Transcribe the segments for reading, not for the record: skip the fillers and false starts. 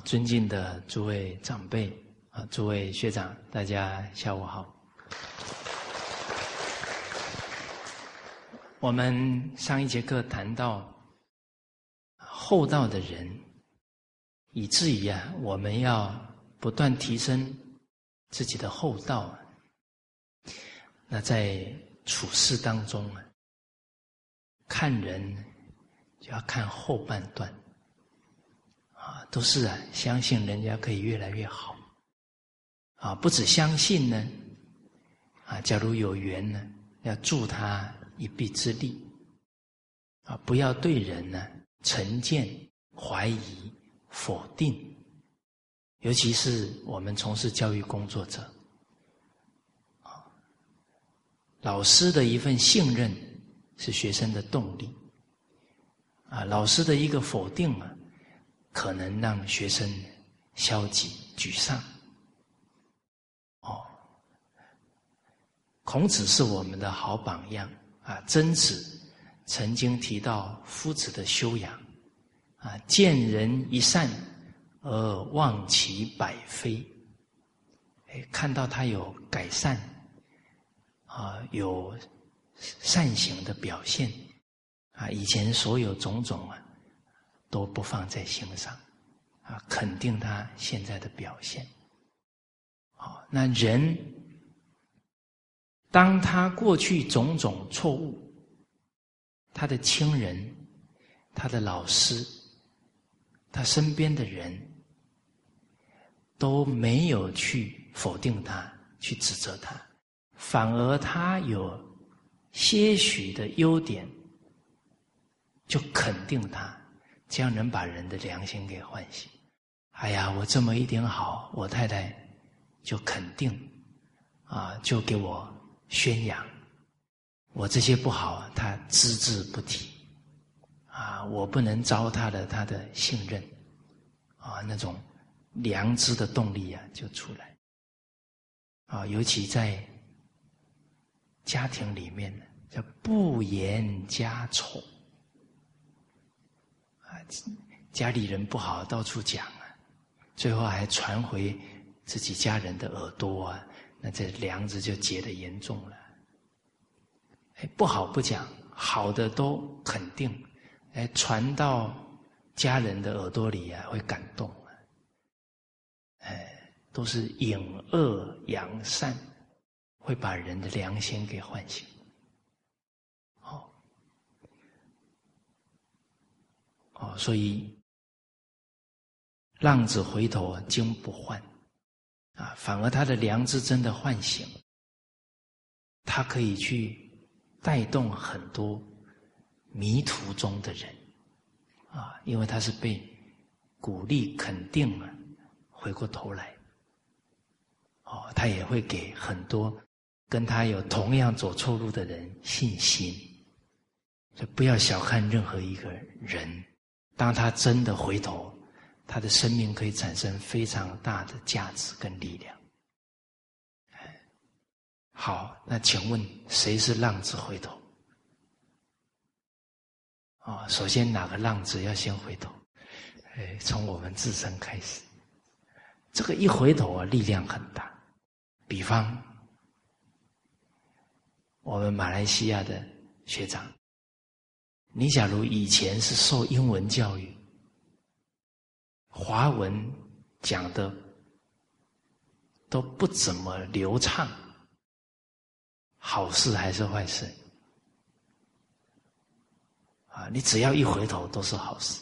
尊敬的诸位长辈诸位学长，大家下午好。我们上一节课谈到厚道的人，以至于我们要不断提升自己的厚道。那在处事当中看人就要看后半段都是相信人家可以越来越好不只相信呢假如有缘呢，要助他一臂之力不要对人呢成见、怀疑、否定，尤其是我们从事教育工作者老师的一份信任是学生的动力老师的一个否定可能让学生消极沮丧孔子是我们的好榜样曾子曾经提到夫子的修养见人一善而忘其百非看到他有改善有善行的表现以前所有种种都不放在心上肯定他现在的表现那人当他过去种种错误，他的亲人、他的老师、他身边的人都没有去否定他，去指责他，反而他有些许的优点就肯定他，这样能把人的良心给唤醒。哎呀，我这么一点好，我太太就肯定就给我宣扬，我这些不好他只字不提我不能糟蹋了他的信任那种良知的动力就出来尤其在家庭里面叫不言家丑家里人不好到处讲最后还传回自己家人的耳朵那这梁子就结得严重了不好不讲，好的都肯定传到家人的耳朵里会感动都是隐恶扬善，会把人的良心给唤醒所以浪子回头金不换反而他的良知真的唤醒，他可以去带动很多迷途中的人因为他是被鼓励肯定回过头来他也会给很多跟他有同样走错路的人信心。所以不要小看任何一个人，当他真的回头，他的生命可以产生非常大的价值跟力量。好，那请问谁是浪子回头首先哪个浪子要先回头从我们自身开始，这个一回头力量很大。比方我们马来西亚的学长，你假如以前是受英文教育，华文讲的都不怎么流畅，好事还是坏事你只要一回头都是好事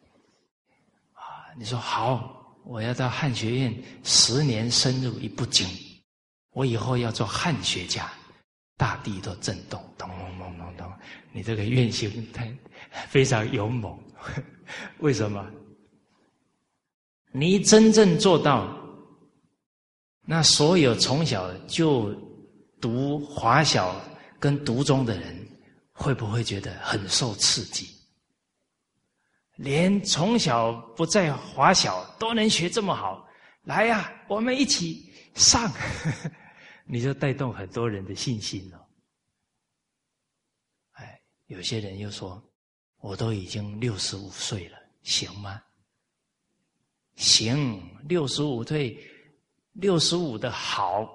你说好，我要到汉学院10年深入一部经，我以后要做汉学家，大地都震动，咚咚咚咚咚，你这个愿心非常勇猛为什么？你真正做到，那所有从小就读华小跟读中的人会不会觉得很受刺激？连从小不在华小都能学这么好，来呀，我们一起上你就带动很多人的信心了。有些人又说，我都已经65岁了，行吗？ 行，65岁，65的好。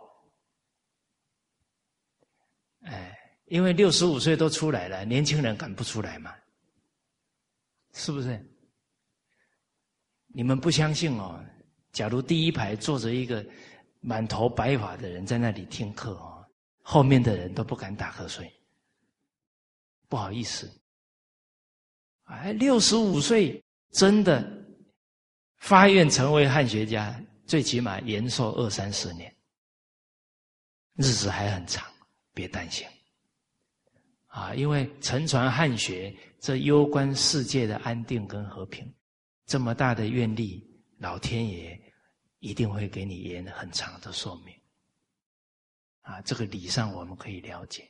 因为65岁都出来了，年轻人敢不出来吗？是不是？你们不相信哦？假如第一排坐着一个满头白发的人在那里听课哦，后面的人都不敢打瞌睡。不好意思，65岁真的发愿成为汉学家，最起码延寿20-30年，日子还很长，别担心。因为承传汉学，这攸关世界的安定跟和平，这么大的愿力，老天爷一定会给你延很长的寿命。这个理上我们可以了解。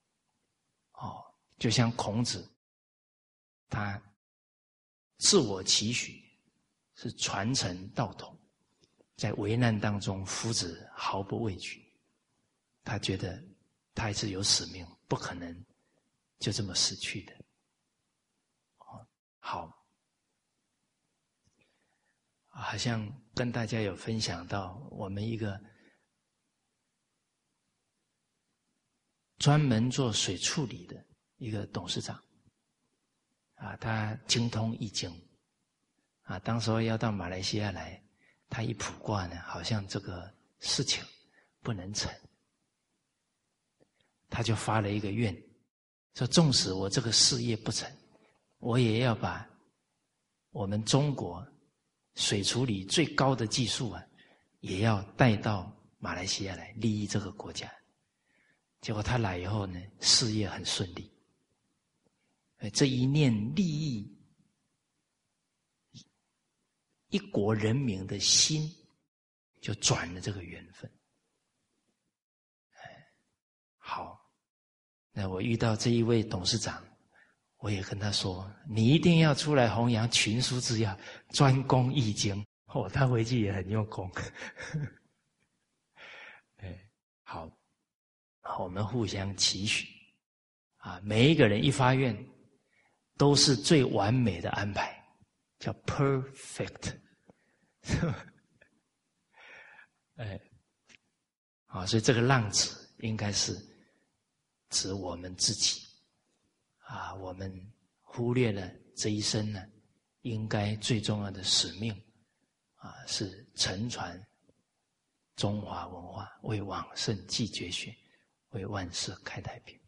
就像孔子，他自我期许是传承道统，在危难当中夫子毫不畏惧，他觉得他还是有使命，不可能就这么死去的。好，好像跟大家有分享到我们一个专门做水处理的一个董事长他精通易经当时候要到马来西亚来，他一卜卦呢，好像这个事情不能成，他就发了一个愿，说纵使我这个事业不成，我也要把我们中国水处理最高的技术也要带到马来西亚来利益这个国家。结果他来以后呢，事业很顺利。这一念利益一国人民的心，就转了这个缘分。好，那我遇到这一位董事长，我也跟他说，你一定要出来弘扬群书治要，专攻易经。他回去也很用功。好，我们互相期许每一个人一发愿都是最完美的安排，叫 perfect。所以这个浪子应该是指我们自己我们忽略了这一生呢，应该最重要的使命是承传中华文化，为往圣继绝学，为万世开太平。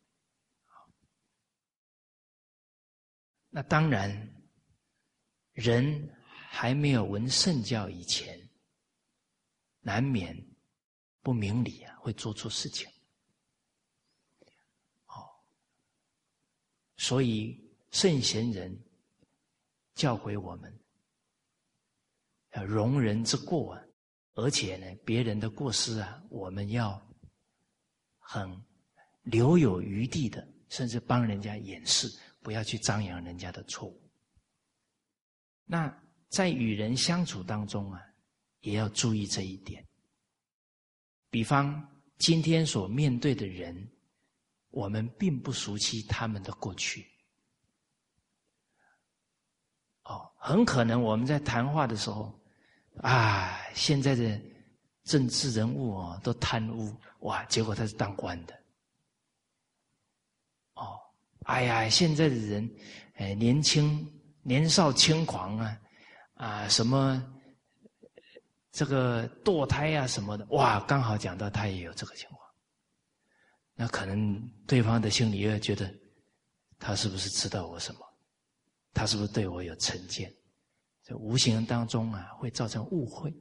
那当然，人还没有闻圣教以前，难免不明理会做错事情。所以圣贤人教诲我们要容人之过而且呢，别人的过失我们要很留有余地的，甚至帮人家掩饰，不要去张扬人家的错误。那在与人相处当中也要注意这一点。比方今天所面对的人，我们并不熟悉他们的过去。很可能我们在谈话的时候现在的政治人物都贪污，结果他是当官的。现在的人年少轻狂什么这个堕胎什么的，刚好讲到他也有这个情况。那可能对方的心里又觉得，他是不是知道我什么？他是不是对我有成见？这无形当中会造成误会。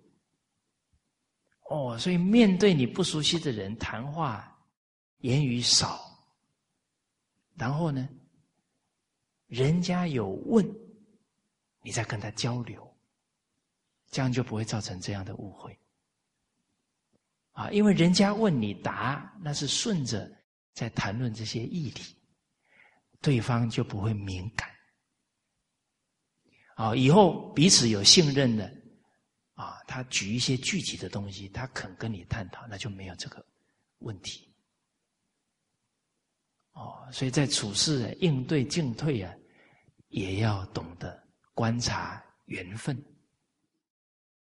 所以面对你不熟悉的人谈话，言语少，然后呢，人家有问，你再跟他交流，这样就不会造成这样的误会。因为人家问你答，那是顺着在谈论这些议题，对方就不会敏感。以后彼此有信任的他举一些具体的东西，他肯跟你探讨，那就没有这个问题。所以在处事应对进退也要懂得观察缘分。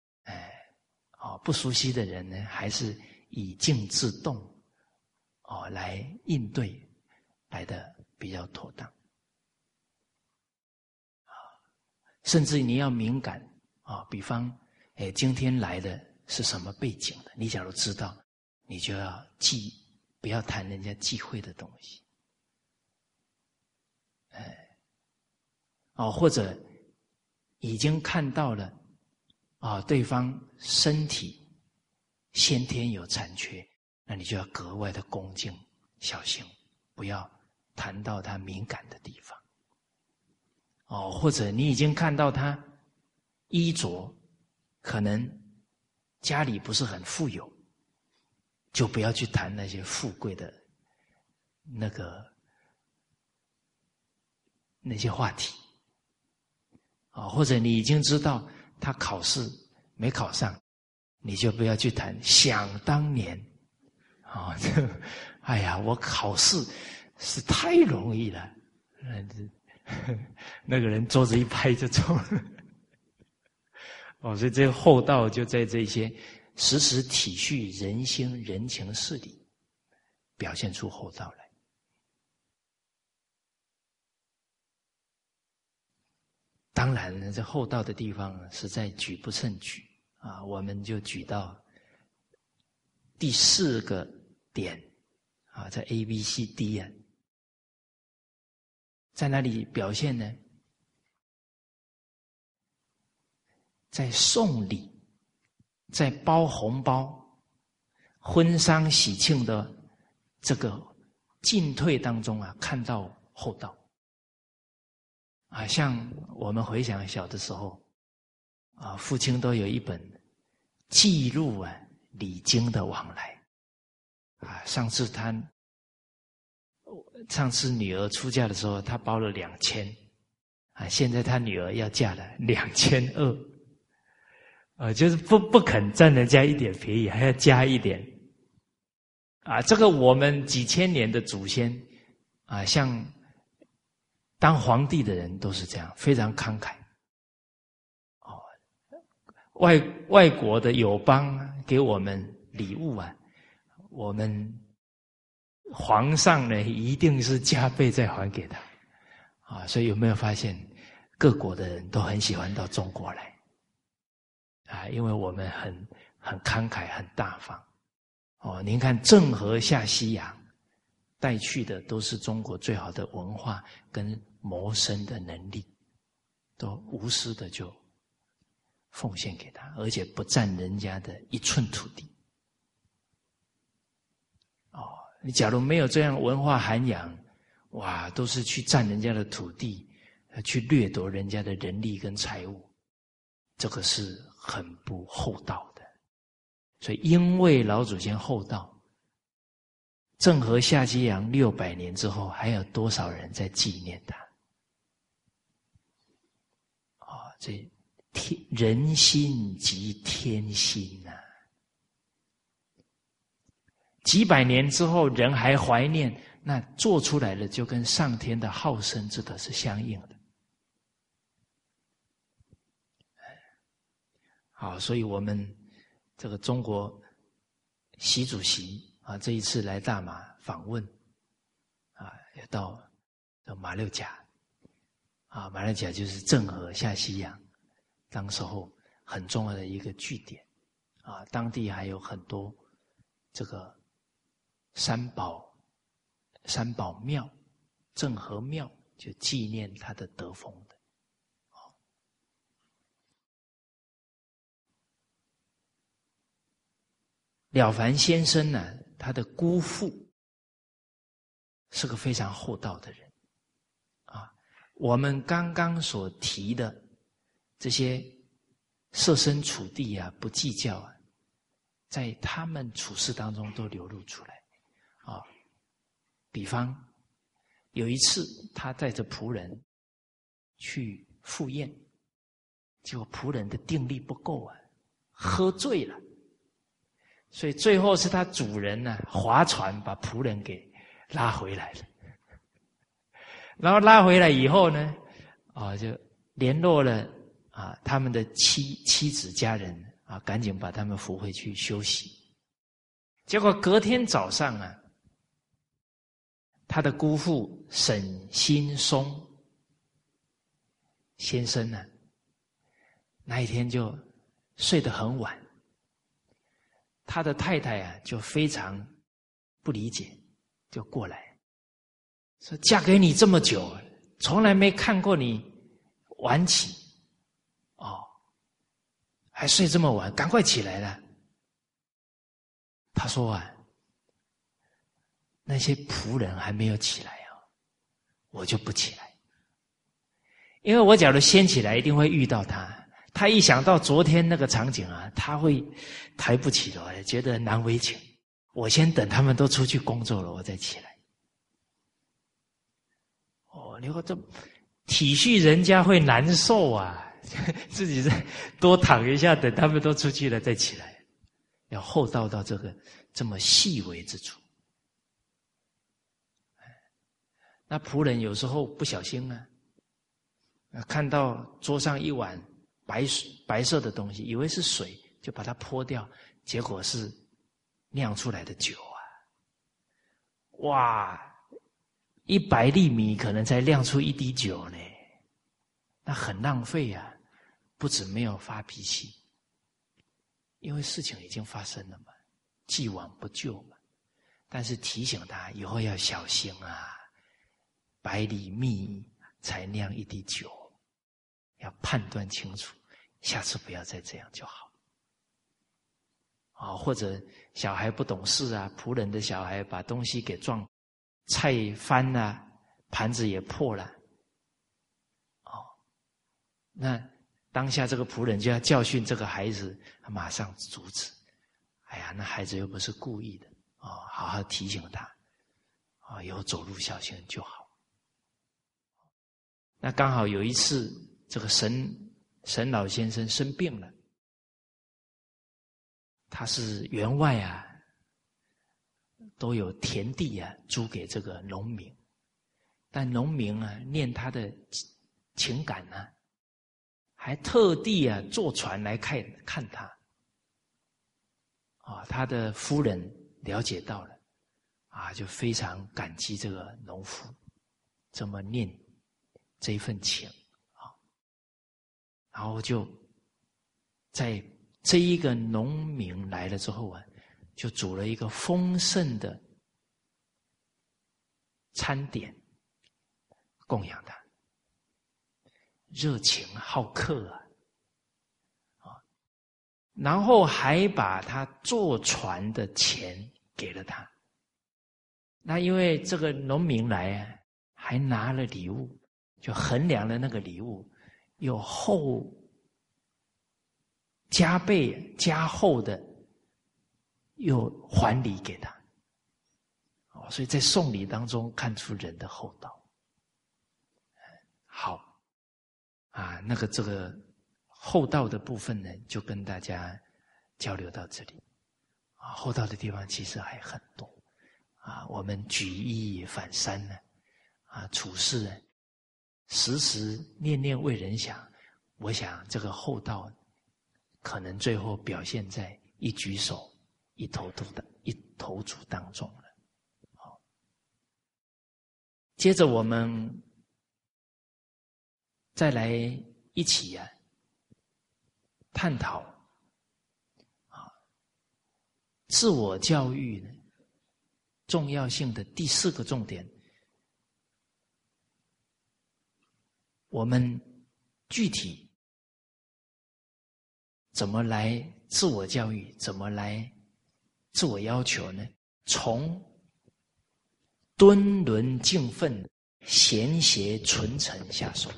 不熟悉的人呢，还是以静制动来应对来的比较妥当。甚至你要敏感比方今天来的是什么背景的，你假如知道，你就要不要谈人家忌讳的东西。或者已经看到了对方身体先天有残缺，那你就要格外的恭敬小心，不要谈到他敏感的地方。或者你已经看到他衣着可能家里不是很富有，就不要去谈那些富贵的那些话题。或者你已经知道他考试没考上，你就不要去谈想当年哎呀，我考试是太容易了，那个人桌子一拍就走了。所以这个厚道就在这些时时体恤人心人情事理，表现出厚道来。当然呢，这厚道的地方实在举不胜举我们就举到第4个点在 ABCD 在哪里表现呢？在送礼，在包红包、婚丧喜庆的这个进退当中看到厚道像我们回想小的时候父亲都有一本记录礼金的往来上次女儿出嫁的时候，他包了2000现在他女儿要嫁了2200就是不肯占人家一点便宜，还要加一点这个我们几千年的祖先像当皇帝的人都是这样，非常慷慨外国的友邦给我们礼物我们皇上呢一定是加倍再还给他所以有没有发现各国的人都很喜欢到中国来因为我们很慷慨很大方您看郑和下西洋带去的都是中国最好的文化跟谋生的能力，都无私的就奉献给他，而且不占人家的一寸土地你假如没有这样文化涵养，都是去占人家的土地，去掠夺人家的人力跟财物，这个是很不厚道的。所以因为老祖先厚道，郑和下西洋600年之后，还有多少人在纪念他这人心即天心几百年之后人还怀念，那做出来的就跟上天的好生之德是相应的。好，所以我们这个中国习主席这一次来大马访问也到马六甲马六甲就是郑和下西洋当时候很重要的一个据点当地还有很多这个三宝庙、郑和庙，就纪念他的德风的。了凡先生呢，他的姑父是个非常厚道的人我们刚刚所提的这些设身处地不计较在他们处事当中都流露出来比方有一次他带着仆人去赴宴，结果仆人的定力不够喝醉了，所以最后是他主人划船把仆人给拉回来了。然后拉回来以后呢就联络了他们的妻子家人赶紧把他们扶回去休息。结果隔天早上啊，他的姑父沈新松先生呢，那一天就睡得很晚，他的太太啊就非常不理解，就过来说：“嫁给你这么久，从来没看过你晚起，还睡这么晚，赶快起来了。”他说啊，那些仆人还没有起来我就不起来，因为我假如先起来，一定会遇到他。他一想到昨天那个场景啊，他会抬不起头来，觉得难为情。我先等他们都出去工作了，我再起来。你说这体恤人家会难受啊，自己再多躺一下，等他们都出去了再起来，要厚道到这个这么细微之处。那仆人有时候不小心啊，看到桌上一碗白色的东西，以为是水，就把它泼掉，结果是酿出来的酒啊！哇，100粒米可能才酿出1滴酒呢，那很浪费啊！不止没有发脾气，因为事情已经发生了嘛，既往不咎嘛。但是提醒他以后要小心啊，100粒米才酿1滴酒，要判断清楚，下次不要再这样就好。或者小孩不懂事啊，仆人的小孩把东西给撞，菜翻了，盘子也破了，那当下这个仆人就要教训这个孩子，马上阻止。哎呀，那孩子又不是故意的，好好提醒他，以后走路小心就好。那刚好有一次，这个沈老先生生病了，他是员外啊，都有田地啊租给这个农民，但农民啊念他的情感啊，还特地啊坐船来看他。他的夫人了解到了，就非常感激这个农夫这么念这一份情然后就在这一个农民来了之后啊，就煮了一个丰盛的餐点供养他，热情好客然后还把他坐船的钱给了他。那因为这个农民来还拿了礼物，就衡量了那个礼物，又加倍加厚的又还礼给他。所以在送礼当中看出人的厚道。好那个这个厚道的部分呢，就跟大家交流到这里。厚道的地方其实还很多我们举一反三呢处事呢，时时念念为人想，我想这个厚道可能最后表现在一举手一投足当中了。接着我们再来一起探讨自我教育呢重要性的第4个重点。我们具体怎么来自我教育，怎么来自我要求呢？从敦伦敬分、贤邪纯诚下手。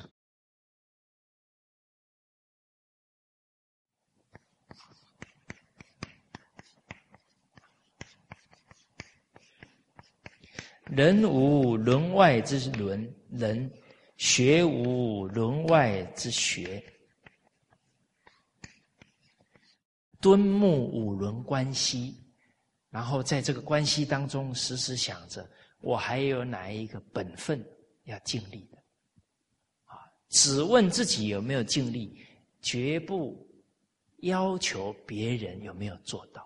人无伦外之人，学无伦外之学。敦睦五伦关系，然后在这个关系当中时时想着我还有哪一个本分要尽力的只问自己有没有尽力，绝不要求别人有没有做到。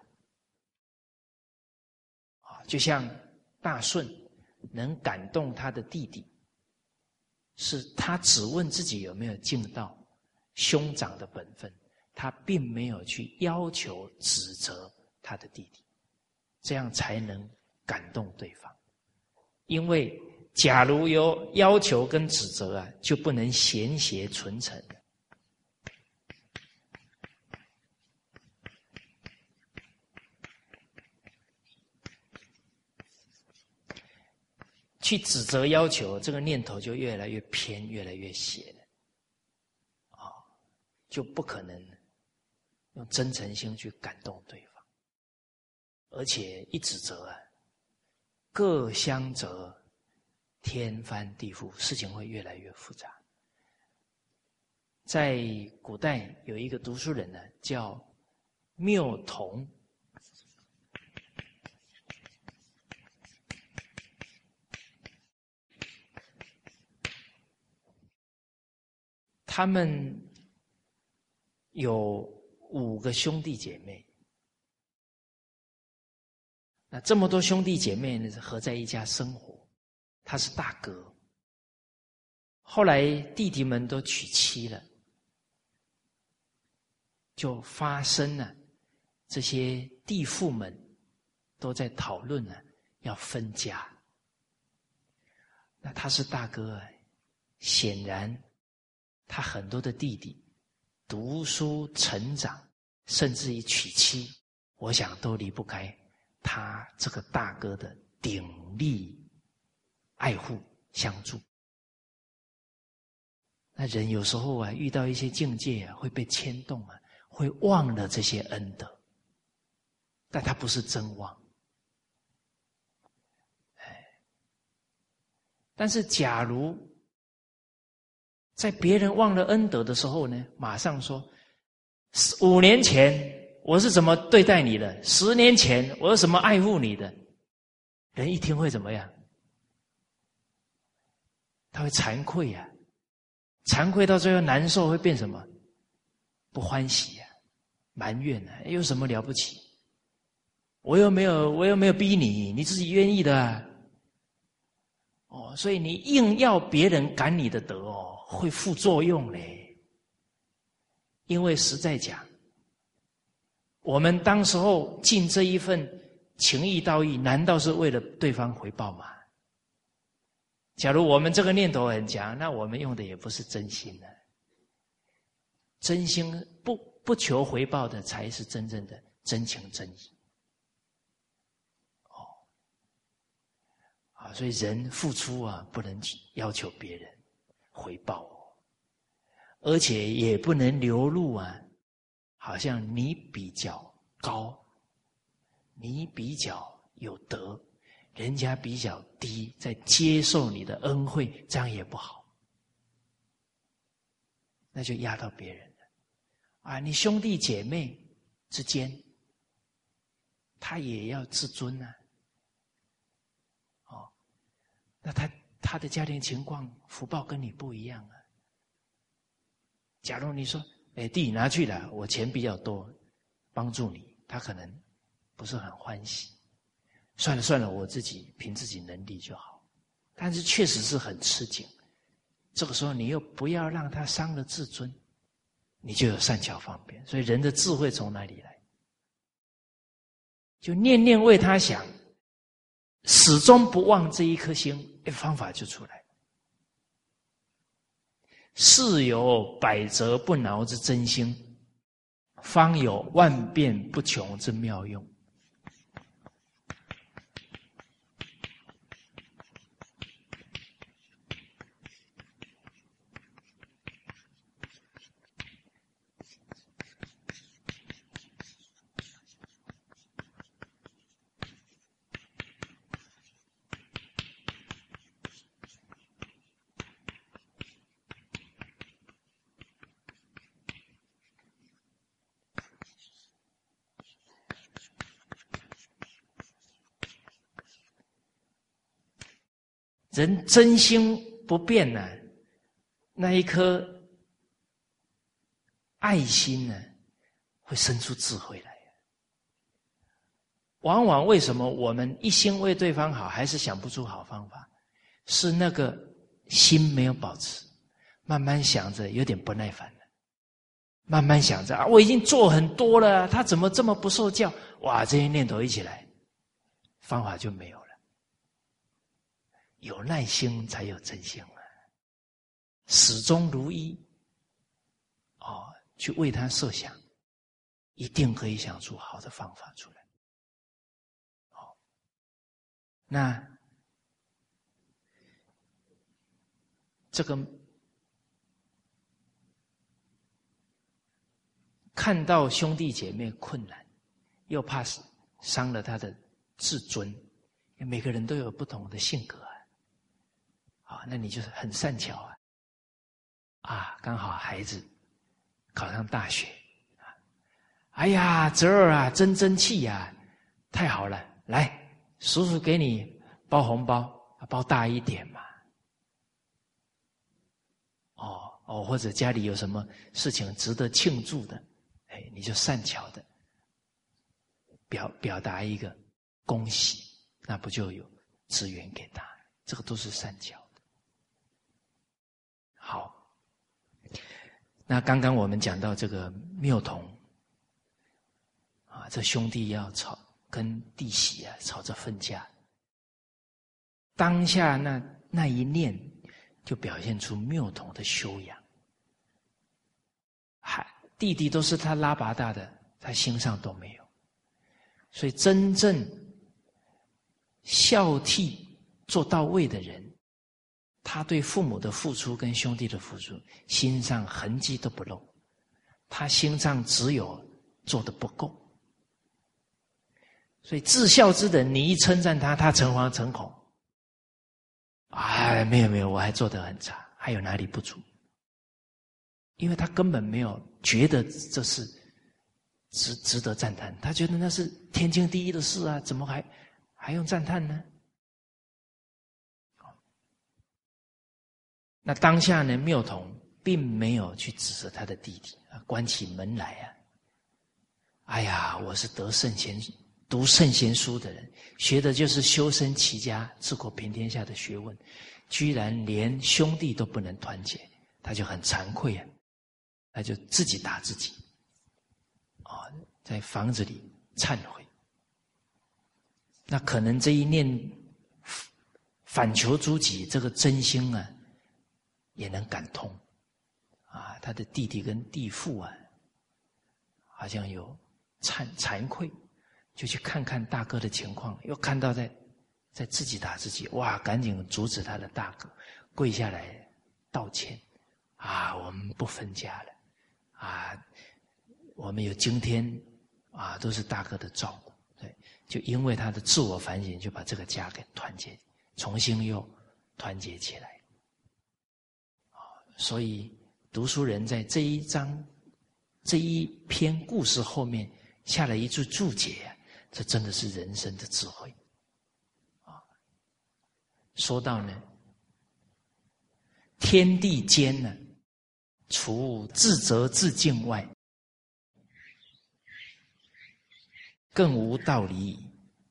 就像大舜能感动他的弟弟，是他只问自己有没有尽到兄长的本分，他并没有去要求指责他的弟弟，这样才能感动对方。因为假如有要求跟指责就不能贤邪纯诚。去指责要求，这个念头就越来越偏，越来越邪了。就不可能用真诚心去感动对方。而且一指责各相责，天翻地覆，事情会越来越复杂。在古代有一个读书人叫缪同，他们有5个兄弟姐妹。那这么多兄弟姐妹呢，合在一家生活。他是大哥，后来弟弟们都娶妻了，就发生了这些弟妇们都在讨论要分家。那他是大哥显然他很多的弟弟读书成长，甚至于娶妻，我想都离不开他这个大哥的鼎力爱护相助。那人有时候遇到一些境界会被牵动会忘了这些恩德，但他不是真忘。但是假如在别人忘了恩德的时候呢，马上说5年前我是怎么对待你的，10年前我是怎么爱护你的，人一听会怎么样？他会惭愧惭愧到最后难受，会变什么？不欢喜埋怨有什么了不起？我又没有逼你，你自己愿意的所以你硬要别人感你的德会副作用嘞。因为实在讲，我们当时候尽这一份情义道义，难道是为了对方回报吗？假如我们这个念头很强，那我们用的也不是真心的。真心不求回报的，才是真正的真情真意。所以人付出不能要求别人回报而且也不能流露好像你比较高，你比较有德，人家比较低，在接受你的恩惠，这样也不好，那就压到别人了你兄弟姐妹之间，他也要自尊那他的家庭情况福报跟你不一样假如你说弟拿去了，我钱比较多帮助你，他可能不是很欢喜，算了，我自己凭自己能力就好。但是确实是很吃紧，这个时候你又不要让他伤了自尊，你就有善巧方便。所以人的智慧从哪里来？就念念为他想，始终不忘这一颗心，方法就出来。是有百折不挠之真心，方有万变不穷之妙用。人真心不变那一颗爱心会生出智慧来。往往为什么我们一心为对方好，还是想不出好方法？是那个心没有保持，慢慢想着有点不耐烦了，慢慢想着我已经做很多了，他怎么这么不受教？哇，这些念头一起来，方法就没有了。有耐心才有真心啊！始终如一，去为他设想，一定可以想出好的方法出来。那这个看到兄弟姐妹困难，又怕伤了他的自尊，每个人都有不同的性格那你就是很善巧刚好孩子考上大学哎呀，侄儿啊，真争气呀，太好了，来，叔叔给你包红包，包大一点嘛。或者家里有什么事情值得庆祝的，你就善巧的表达一个恭喜，那不就有资源给他？这个都是善巧的。好，那刚刚我们讲到这个谬同这兄弟要跟弟媳吵着分家，当下那一念就表现出谬同的修养。弟弟都是他拉拔大的，他心上都没有，所以真正孝悌做到位的人，他对父母的付出跟兄弟的付出，心上痕迹都不露，他心上只有做得不够。所以至孝之人，你一称赞他，他诚惶诚恐。没有，我还做得很差，还有哪里不足？因为他根本没有觉得这是值得赞叹，他觉得那是天经地义的事啊，怎么还用赞叹呢？那当下呢，谬同并没有去指责他的弟弟关起门来哎呀，我是读圣贤书的人，学的就是修身齐家治国平天下的学问，居然连兄弟都不能团结，他就很惭愧他就自己打自己在房子里忏悔。那可能这一念反求诸己，这个真心也能感通他的弟弟跟弟父好像有惭愧，就去看看大哥的情况，又看到在自己打自己，哇，赶紧阻止他的大哥，跪下来道歉我们不分家了我们有今天都是大哥的照顾，对，就因为他的自我反省，就把这个家给团结，重新又团结起来。所以读书人在这一篇故事后面下了一句注解这真的是人生的智慧说到呢，天地间呢，除自责自敬外，更无道理矣。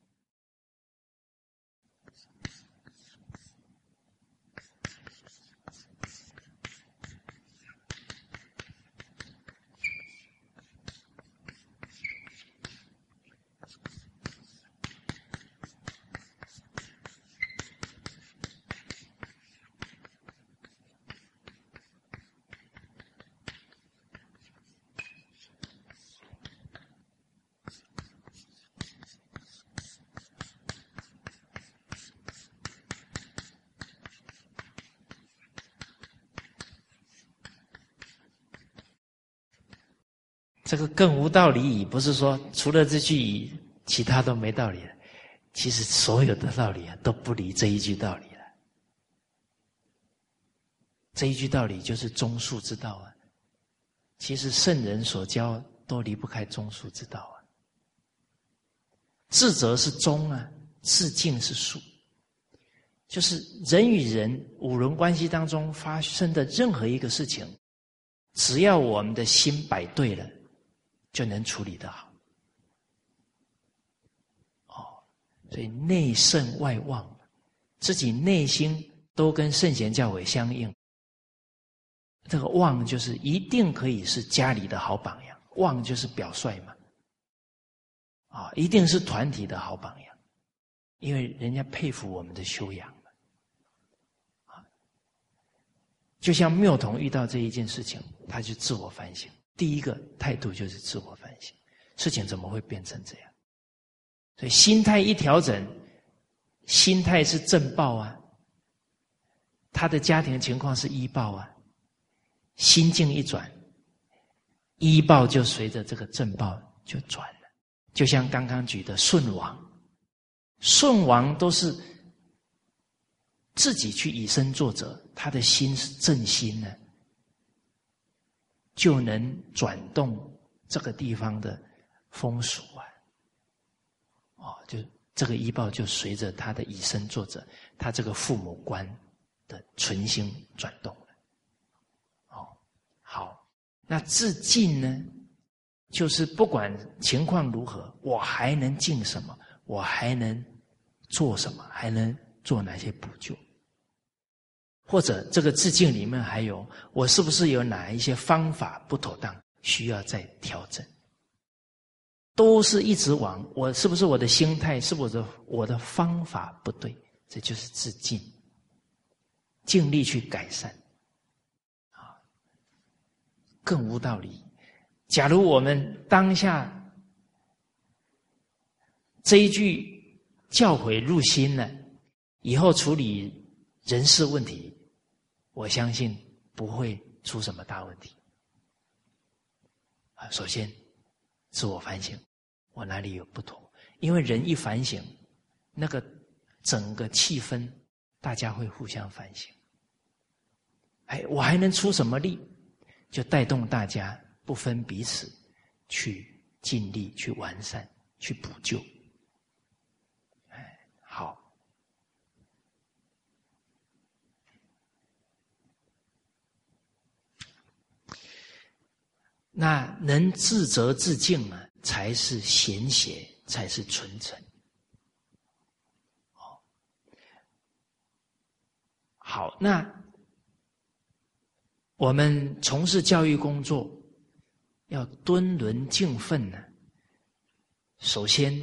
这个更无道理矣，不是说除了这句矣，其他都没道理了。其实所有的道理都不离这一句道理了。这一句道理就是中恕之道其实圣人所教都离不开中恕之道自责是中自敬是恕。就是人与人五伦关系当中发生的任何一个事情，只要我们的心摆对了， 就能处理得好。所以内圣外望，自己内心都跟圣贤教诲相应。这个望就是一定可以是家里的好榜样，望就是表率嘛，一定是团体的好榜样，因为人家佩服我们的修养嘛。就像妙童遇到这一件事情，他就自我反省，第一个态度就是自我反省，事情怎么会变成这样？所以心态一调整，心态是正报啊，他的家庭情况是依报啊，心境一转，依报就随着这个正报就转了。就像刚刚举的舜王，舜王都是自己去以身作则，他的心是正心呢，就能转动这个地方的风俗啊。就这个依报就随着他的以身作则，他这个父母官的存心转动了。好，那自尽呢，就是不管情况如何，我还能尽什么，我还能做什么，还能做哪些补救，或者这个自尽里面还有我是不是有哪一些方法不妥当，需要再调整，都是一直往我是不是我的心态，是不是我的方法不对，这就是自尽，尽力去改善更无道理。假如我们当下这一句教诲入心了，以后处理人事问题，我相信不会出什么大问题。首先自我反省，我哪里有不妥？因为人一反省，那个整个气氛大家会互相反省。我还能出什么力？就带动大家不分彼此去尽力去完善去补救。好，那能自责自敬啊，才是贤邪，才是纯诚。好，那我们从事教育工作要敦伦敬分呢，首先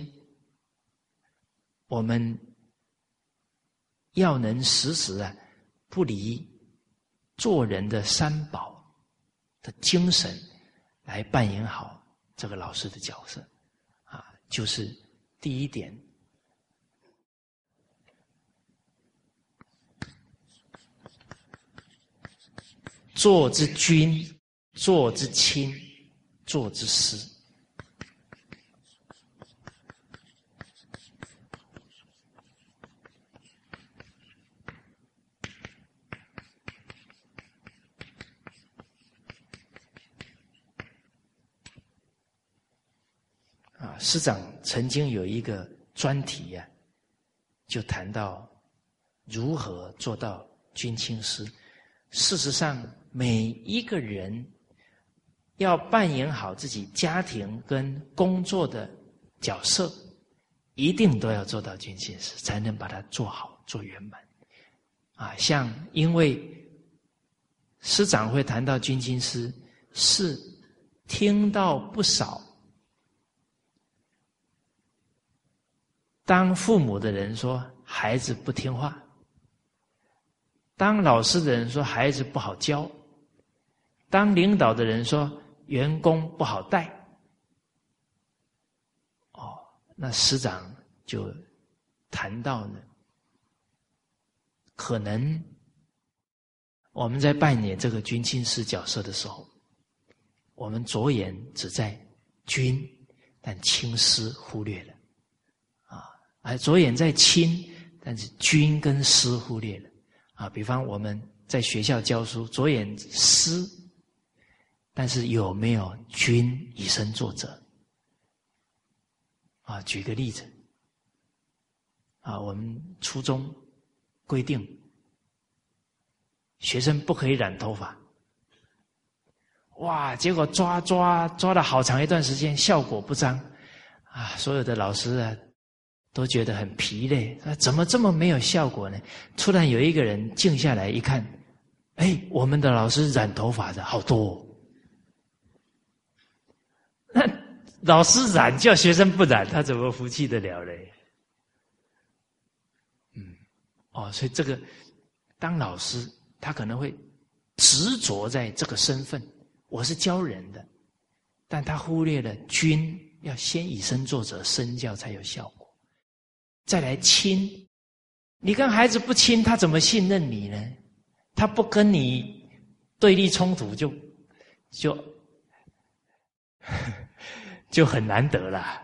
我们要能时时不离做人的三宝的精神来扮演好这个老师的角色就是第一点，做之君，做之亲，做之师。师长曾经有一个专题就谈到如何做到君亲师。事实上，每一个人要扮演好自己家庭跟工作的角色，一定都要做到君亲师，才能把它做好做圆满。像因为师长会谈到君亲师，是听到不少当父母的人说孩子不听话，当老师的人说孩子不好教，当领导的人说员工不好带。那师长就谈到呢，可能我们在扮演这个君亲师角色的时候，我们着眼只在君，但亲师忽略了而着眼在亲，但是君跟师忽略了比方我们在学校教书，着眼师，但是有没有君以身作则举个例子我们初中规定学生不可以染头发， 哇，结果抓了好长一段时间，效果不彰啊！所有的老师啊都觉得很疲累，怎么这么没有效果呢？突然有一个人静下来一看，哎，我们的老师染头发的好多哦。那老师染叫学生不染，他怎么服气得了嘞？所以这个当老师，他可能会执着在这个身份，我是教人的，但他忽略了君要先以身作则，身教才有效果。再来亲，你跟孩子不亲，他怎么信任你呢？他不跟你对立冲突，就很难得啦。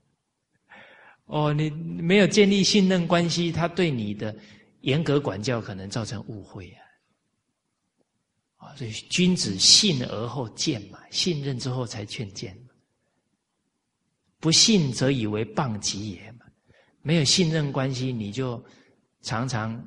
你没有建立信任关系，他对你的严格管教可能造成误会啊。所以君子信而后见嘛，信任之后才劝谏嘛。不信则以为谤己也嘛。没有信任关系，你就常常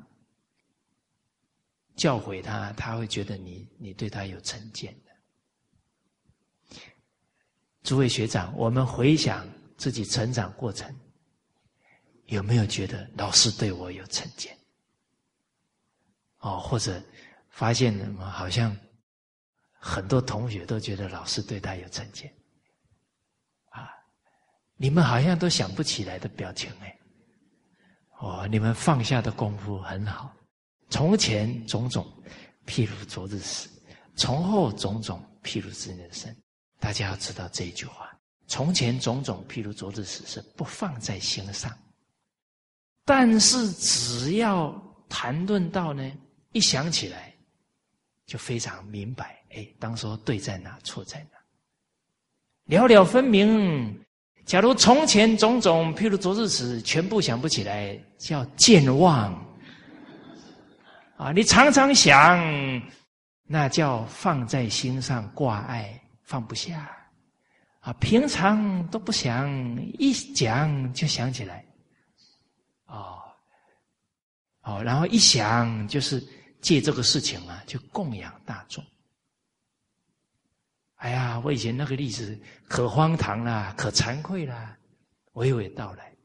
教诲他，他会觉得你对他有成见的。诸位学长，我们回想自己成长过程，有没有觉得老师对我有成见？或者发现好像很多同学都觉得老师对他有成见啊？你们好像都想不起来的表情你们放下的功夫很好。从前种种，譬如昨日死；从后种种，譬如今日生。大家要知道这一句话：从前种种，譬如昨日死，是不放在心上。但是只要谈论到呢，一想起来，就非常明白，当时候对在哪，错在哪，了了分明。假如从前种种，譬如昨日死，全部想不起来，叫健忘啊！你常常想，那叫放在心上挂碍，放不下啊！平常都不想，一讲就想起来然后一想就是借这个事情就供养大众。哎呀，我以前那个例子可荒唐啦，可惭愧啦，娓娓道来。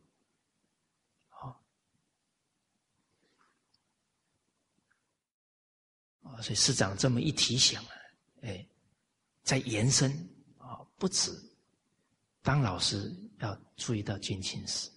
所以师长这么一提醒再延伸不止当老师要注意到君亲事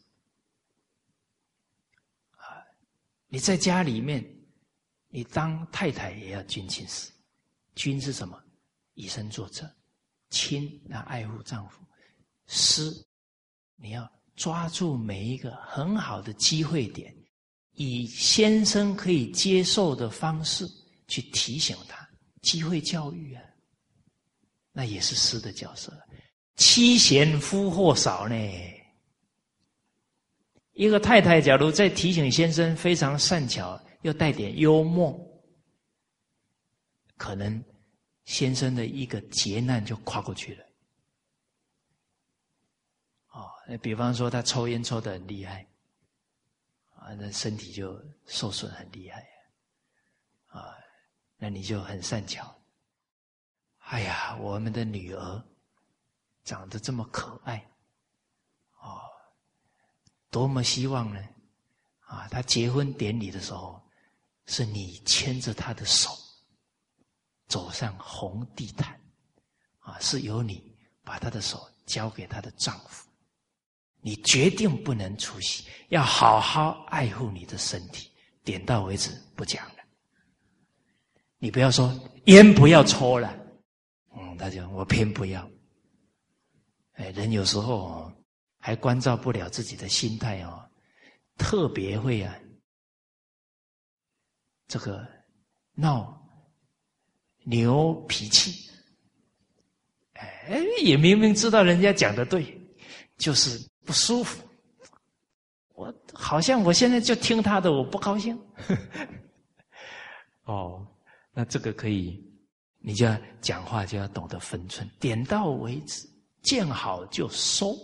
你在家里面，你当太太也要君亲事。君是什么？以身作则。亲那爱护丈夫。师你要抓住每一个很好的机会点，以先生可以接受的方式去提醒他。机会教育那也是师的角色。妻贤夫祸少呢。一个太太假如在提醒先生非常善巧，又带点幽默，可能先生的一个劫难就跨过去了。比方说他抽烟抽得很厉害那身体就受损很厉害那你就很善巧。哎呀，我们的女儿长得这么可爱多么希望呢她结婚典礼的时候是你牵着她的手走上红地毯是由你把她的手交给她的丈夫，你决定不能出席，要好好爱护你的身体，点到为止，不讲了。你不要说烟不要抽了他讲我偏不要。人有时候还关照不了自己的心态特别会这个闹牛脾气。也明明知道人家讲的对，就是不舒服。我好像我现在就听他的，我不高兴。那这个可以，你就要讲话就要懂得分寸，点到为止，见好就收。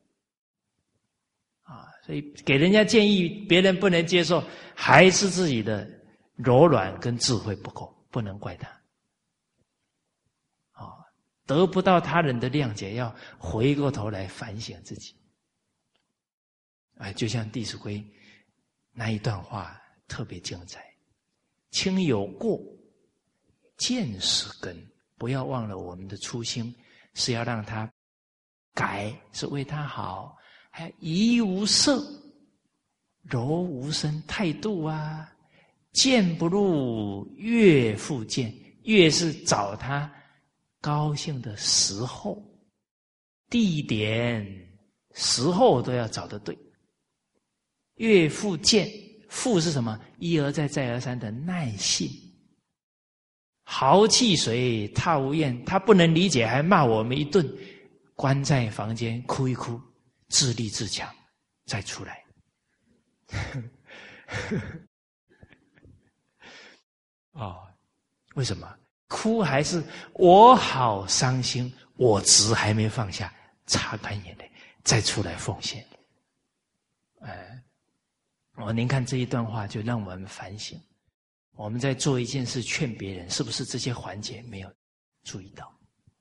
所以给人家建议，别人不能接受，还是自己的柔软跟智慧不够，不能怪他。 得不到他人的谅解，要回过头来反省自己。就像《弟子规》那一段话特别精彩：亲有过，见是根。不要忘了我们的初心是要让他改，是为他好，还怡无色，柔无声，态度啊。见不入，悦复见，悦是找他高兴的时候、地点、时候都要找得对。悦复见，复是什么？一而再再而三的耐性。豪气随他无厌，他不能理解还骂我们一顿，关在房间哭一哭，自立自强，再出来。为什么？哭还是我好伤心，我执还没放下，擦干眼泪，再出来奉献。您看这一段话就让我们反省，我们在做一件事劝别人，是不是这些环节没有注意到？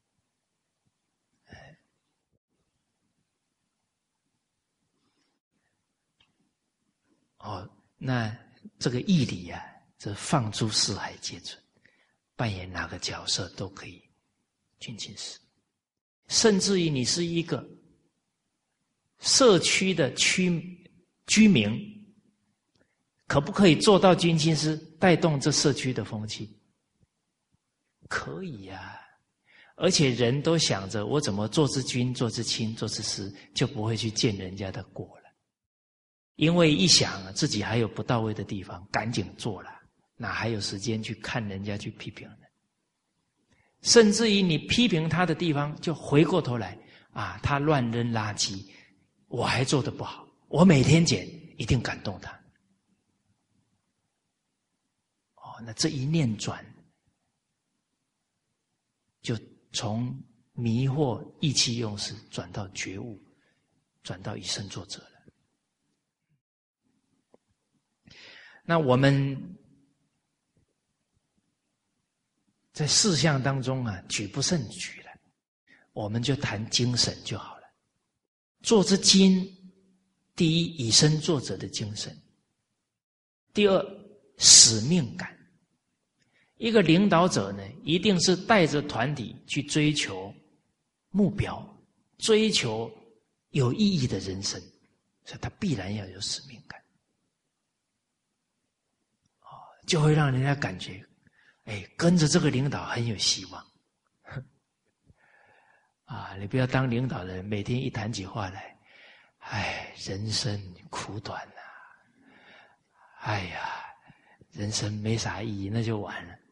那这个义理啊，这放诸四海皆准，扮演哪个角色都可以均亲师。甚至于你是一个社区的居民，可不可以做到均亲师，带动这社区的风气？可以呀，而且人都想着我怎么做之君、做之亲、做之师，就不会去见人家的过了。因为一想自己还有不到位的地方，赶紧做了，哪还有时间去看人家去批评呢？甚至于你批评他的地方，就回过头来他乱扔垃圾，我还做得不好，我每天捡，一定感动他。那这一念转，就从迷惑意气用事转到觉悟，转到以身作则了。那我们在事项当中举不胜举了，我们就谈精神就好了。做之精，第一，以身作则的精神；第二，使命感。一个领导者呢，一定是带着团体去追求目标，追求有意义的人生，所以他必然要有使命感。就会让人家感觉跟着这个领导很有希望。你不要当领导人，每天一谈起话来，人生苦短人生没啥意义，那就完了。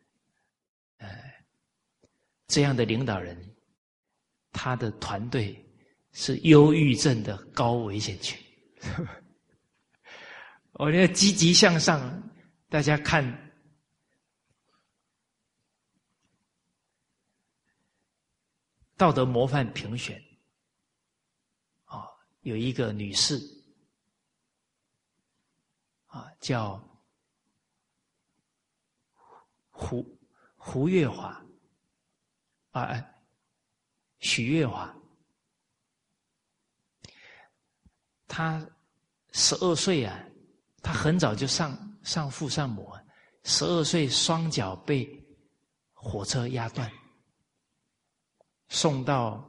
这样的领导人，他的团队是忧郁症的高危险群。我要积极向上。大家看道德模范评选有一个女士叫胡月华许月华，她12岁她很早就上父上母，12岁双脚被火车压断，送到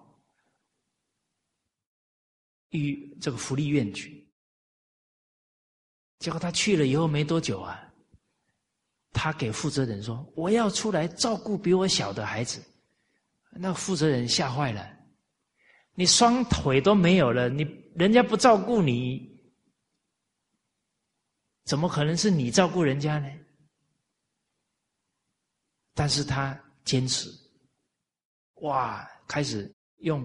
这个福利院去。结果他去了以后没多久他给负责人说：“我要出来照顾比我小的孩子。”那负责人吓坏了：“你双腿都没有了，人家不照顾你，怎么可能是你照顾人家呢？”但是他坚持，开始用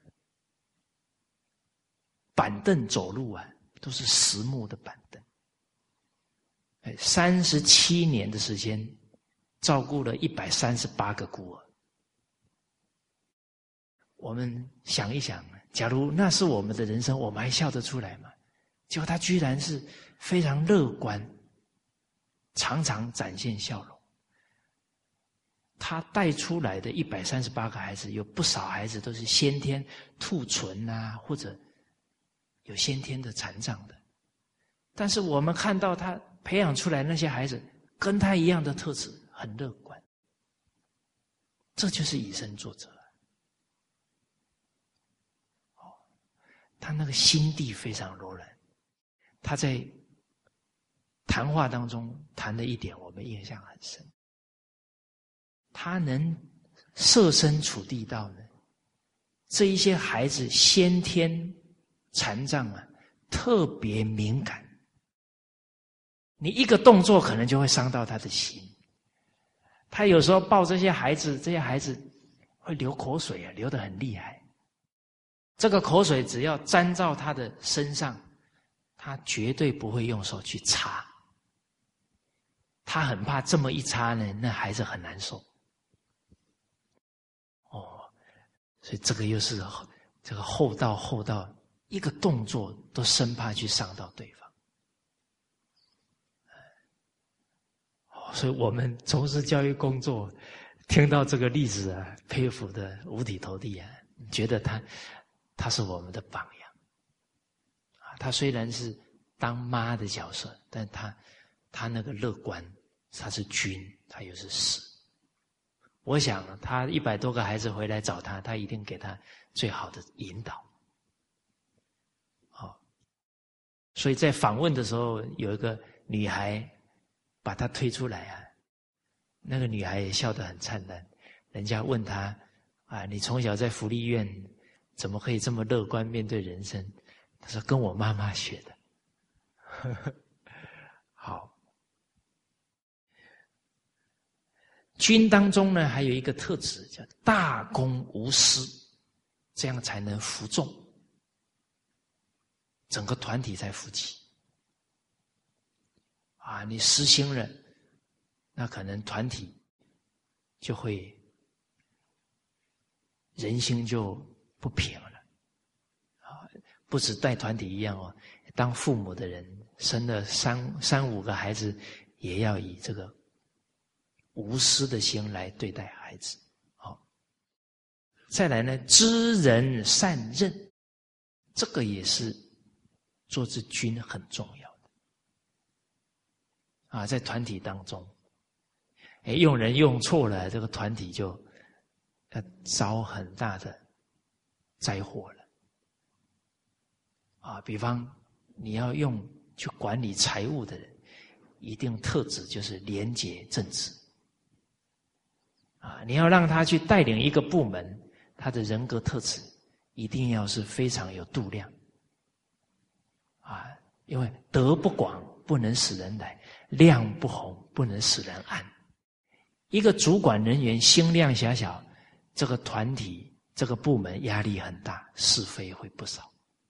板凳走路都是实木的板凳。37年的时间，照顾了138个孤儿。我们想一想，假如那是我们的人生，我们还笑得出来吗？结果他居然是非常乐观，常常展现笑容。 他带出来的138个孩子，有不少孩子都是先天兔唇啊，或者有先天的残障的。但是我们看到他培养出来那些孩子，跟他一样的特质，很乐观。这就是以身作则。他那个心地非常柔软。他在谈话当中谈的一点，我们印象很深。他能设身处地到呢，这一些孩子先天残障啊，特别敏感。你一个动作可能就会伤到他的心。他有时候抱这些孩子，这些孩子会流口水啊，流得很厉害。这个口水只要沾到他的身上，他绝对不会用手去擦。他很怕这么一擦呢，那孩子很难受。所以这个又是这个厚道，一个动作都生怕去伤到对方。所以我们从事教育工作，听到这个例子啊，佩服的五体投地啊，觉得他是我们的榜样。他虽然是当妈的角色，但他那个乐观，他是君，他又是士。我想他100多个孩子回来找他，他一定给他最好的引导。所以在访问的时候，有一个女孩把他推出来啊，那个女孩也笑得很灿烂。人家问他啊，你从小在福利院，怎么可以这么乐观面对人生？他说跟我妈妈学的。好。君当中呢，还有一个特质叫大公无私，这样才能服众，整个团体才服气。你失心了，那可能团体就会人心就不平了。不止带团体一样哦，当父母的人生了3、5个孩子，也要以这个无私的心来对待孩子。再来呢，知人善任，这个也是做之君很重要的。在团体当中，用人用错了，这个团体就要遭很大的灾祸了。比方你要用去管理财务的人，一定特质就是廉洁正直。你要让他去带领一个部门，他的人格特质一定要是非常有度量。因为德不广不能使人来，量不宏不能使人安。一个主管人员心量狭小，这个团体这个部门压力很大，是非会不少。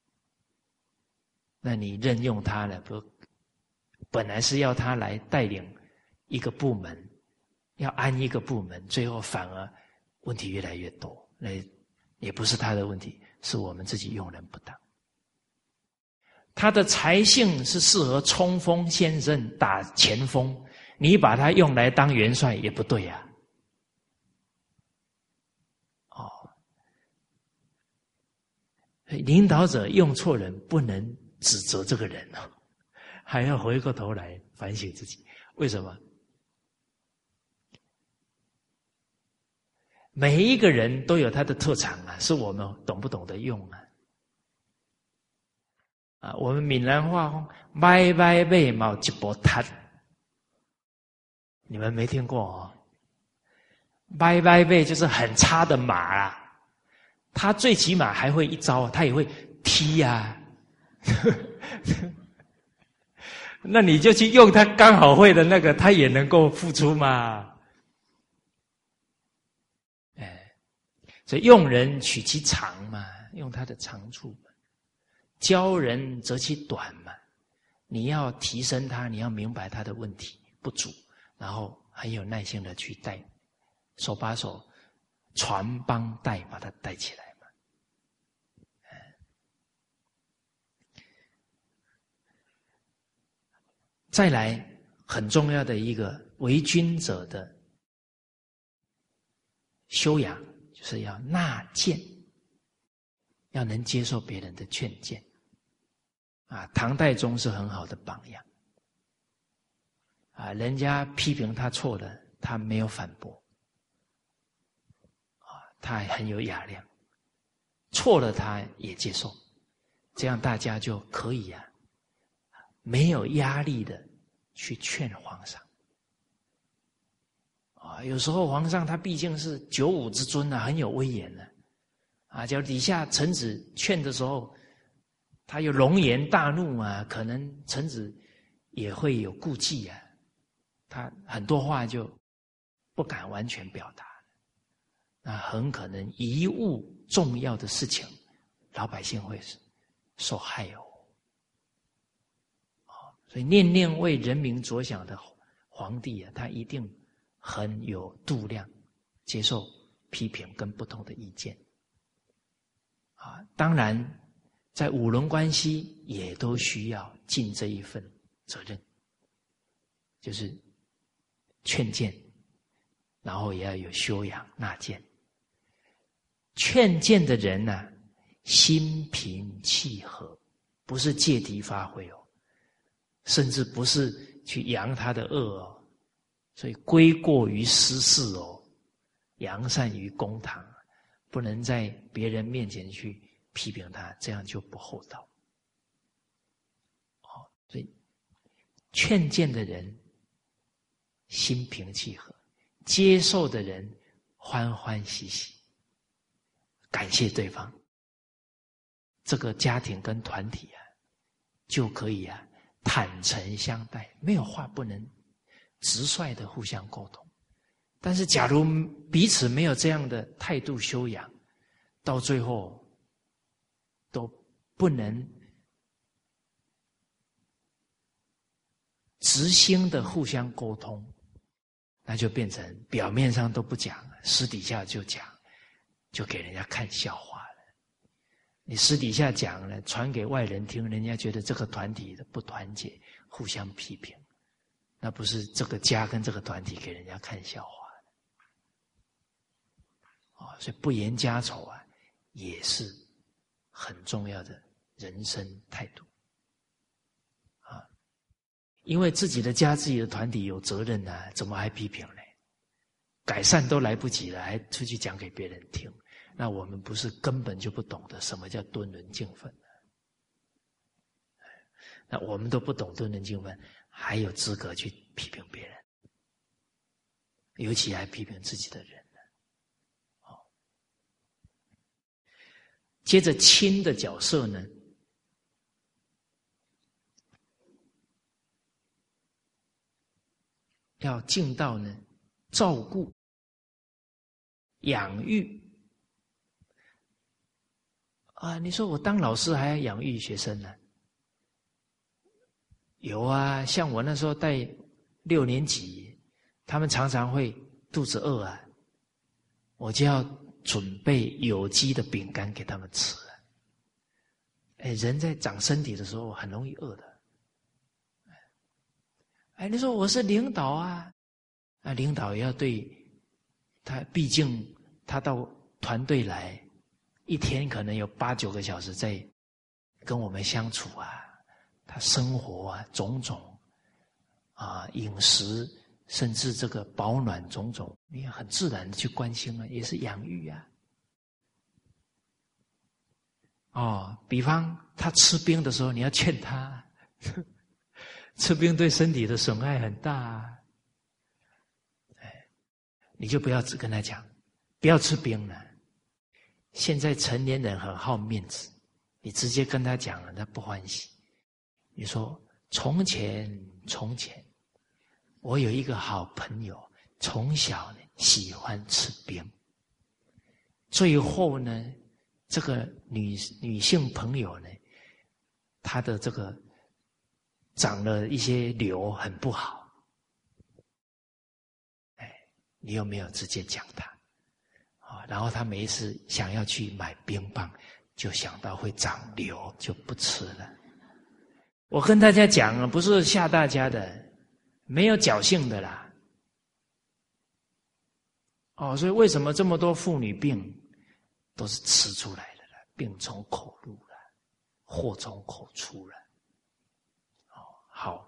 那你任用他了，本来是要他来带领一个部门，要安一个部门，最后反而问题越来越多。那也不是他的问题，是我们自己用人不当。他的才性是适合冲锋陷阵打前锋，你把他用来当元帅也不对啊。领导者用错人，不能指责这个人还要回过头来反省自己。为什么？每一个人都有他的特长是我们懂不懂得用我们闽南话说买买买毛一波摊，你们没听过买买买就是很差的马他最起码还会一招，他也会踢那你就去用他刚好会的那个，他也能够付出嘛。所以用人取其长嘛，用他的长处嘛。教人择其短嘛，你要提升他，你要明白他的问题不足，然后很有耐心的去带，手把手传帮带把他带起来嘛。再来很重要的一个为君者的修养就是要纳谏，要能接受别人的劝谏。唐代宗是很好的榜样。人家批评他错了，他没有反驳。他还很有雅量，错了他也接受，这样大家就可以没有压力的去劝皇上。有时候皇上他毕竟是95之尊很有威严的假如底下臣子劝的时候，他有龙颜大怒可能臣子也会有顾忌他很多话就不敢完全表达，那很可能贻误重要的事情，老百姓会受害所以念念为人民着想的皇帝他一定很有度量，接受批评跟不同的意见当然在五伦关系也都需要尽这一份责任，就是劝谏，然后也要有修养纳谏。劝谏的人心平气和，不是借题发挥甚至不是去扬他的恶所以归过于私事扬善于公堂，不能在别人面前去批评他，这样就不厚道。所以劝谏的人心平气和，接受的人欢欢喜喜，感谢对方，这个家庭跟团体就可以坦诚相待，没有话不能直率的互相沟通。但是假如彼此没有这样的态度修养，到最后都不能直心的互相沟通，那就变成表面上都不讲，私底下就讲，就给人家看笑话了。你私底下讲了，传给外人听，人家觉得这个团体的不团结，互相批评，那不是这个家跟这个团体给人家看笑话所以不言家丑也是很重要的人生态度因为自己的家自己的团体有责任怎么还批评呢？改善都来不及了，还出去讲给别人听，那我们不是根本就不懂得什么叫敦伦敬分那我们都不懂敦伦敬分，还有资格去批评别人，尤其还批评自己的人接着亲的角色呢，要尽到呢照顾、养育你说我当老师还要养育学生呢？有像我那时候带6年级，他们常常会肚子饿我就要准备有机的饼干给他们吃人在长身体的时候很容易饿的你说我是领导领导也要对他，毕竟他到团队来一天可能有8、9个小时在跟我们相处他生活种种饮食甚至这个保暖种种，你也很自然的去关心也是养育比方他吃冰的时候，你要劝他吃冰对身体的损害很大你就不要只跟他讲不要吃冰了。现在成年人很好面子，你直接跟他讲了，他不欢喜。你说从前我有一个好朋友，从小呢喜欢吃冰，最后呢这个女性朋友呢，她的这个长了一些瘤，很不好你有没有直接讲他然后他每一次想要去买冰棒，就想到会长瘤，就不吃了。我跟大家讲不是吓大家的，没有侥幸的啦所以为什么这么多妇女病都是吃出来的了？病从口入了，祸从口出了。好。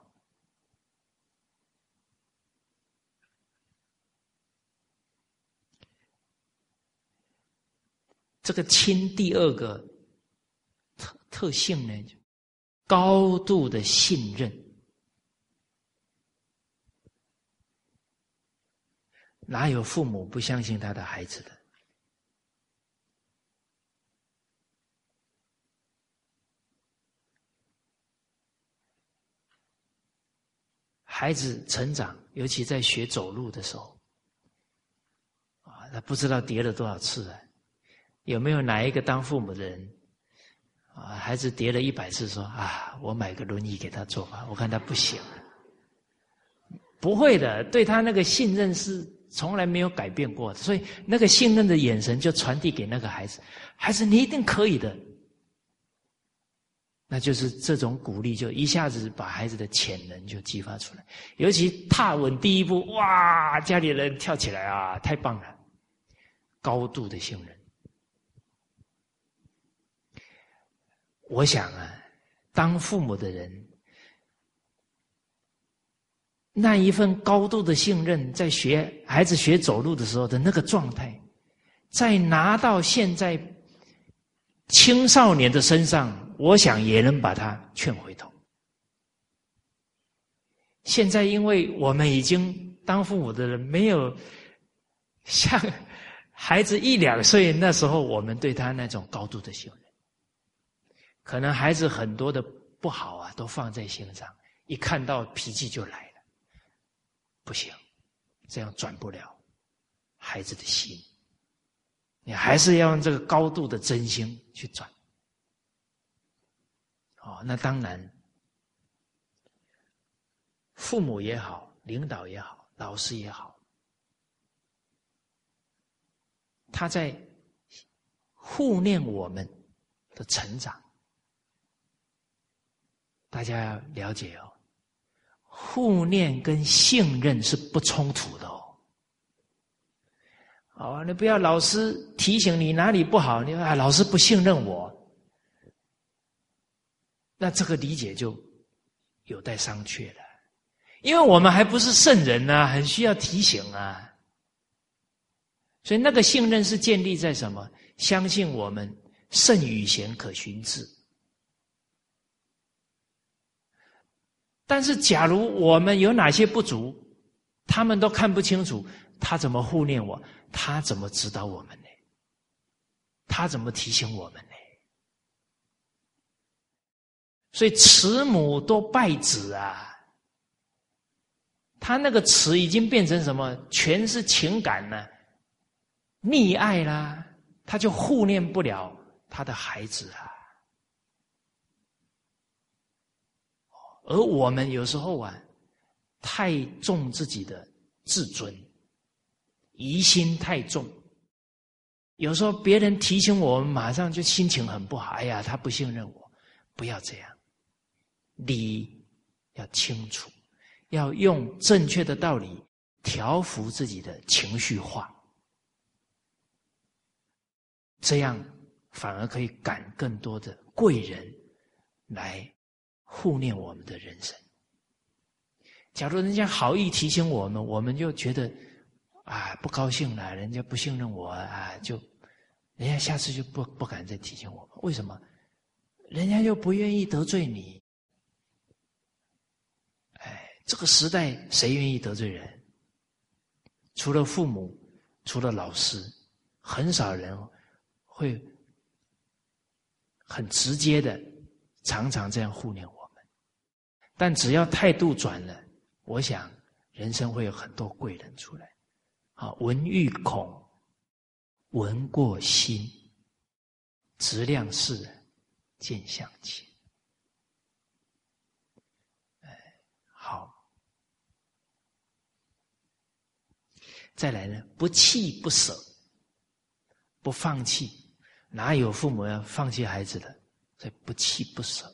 这个亲第二个特性呢，高度的信任。哪有父母不相信他的孩子的？孩子成长，尤其在学走路的时候，他不知道跌了多少次啊！有没有哪一个当父母的人孩子跌了100次说我买个轮椅给他坐吧，我看他不行。不会的，对他那个信任是从来没有改变过的，所以那个信任的眼神就传递给那个孩子，孩子你一定可以的。那就是这种鼓励就一下子把孩子的潜能就激发出来，尤其踏稳第一步，哇，家里人跳起来太棒了，高度的信任。我想当父母的人，那一份高度的信任，在孩子学走路的时候的那个状态，再拿到现在青少年的身上，我想也能把他劝回头。现在因为我们已经当父母的人，没有像孩子1、2岁那时候我们对他那种高度的信任。可能孩子很多的不好都放在心上，一看到脾气就来了，不行，这样转不了孩子的心，你还是要用这个高度的真心去转。那当然，父母也好，领导也好，老师也好，他在护念我们的成长。大家要了解护念跟信任是不冲突的你不要老师提醒你哪里不好，你老师不信任我，那这个理解就有待商榷了。因为我们还不是圣人很需要提醒所以那个信任是建立在什么？相信我们圣与贤可循之。但是假如我们有哪些不足，他们都看不清楚，他怎么护念我？他怎么指导我们呢？他怎么提醒我们呢？所以慈母多败子他那个慈已经变成什么？全是情感了，溺爱啦，他就护念不了他的孩子而我们有时候太重自己的自尊，疑心太重。有时候别人提醒我们，马上就心情很不好。哎呀，他不信任我，不要这样。理要清楚，要用正确的道理调服自己的情绪化，这样反而可以赶更多的贵人来护念我们的人生。假如人家好意提醒我们，我们就觉得不高兴了，人家不信任我就人家下次就不敢再提醒我们。为什么？人家就不愿意得罪你。这个时代谁愿意得罪人？除了父母，除了老师，很少人会很直接的常常这样护念我们。但只要态度转了，我想人生会有很多贵人出来。闻欲恐，闻过心，直量事，见相亲。好，再来呢，不弃不舍，不放弃。哪有父母要放弃孩子的？所以不弃不舍。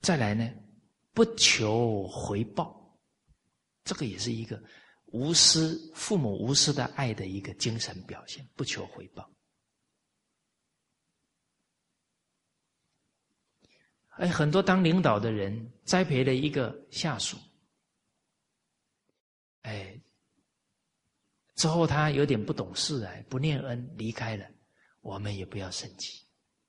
再来呢，不求回报，这个也是一个无私父母无私的爱的一个精神表现，不求回报。很多当领导的人栽培了一个下属，之后他有点不懂事不念恩离开了，我们也不要生气。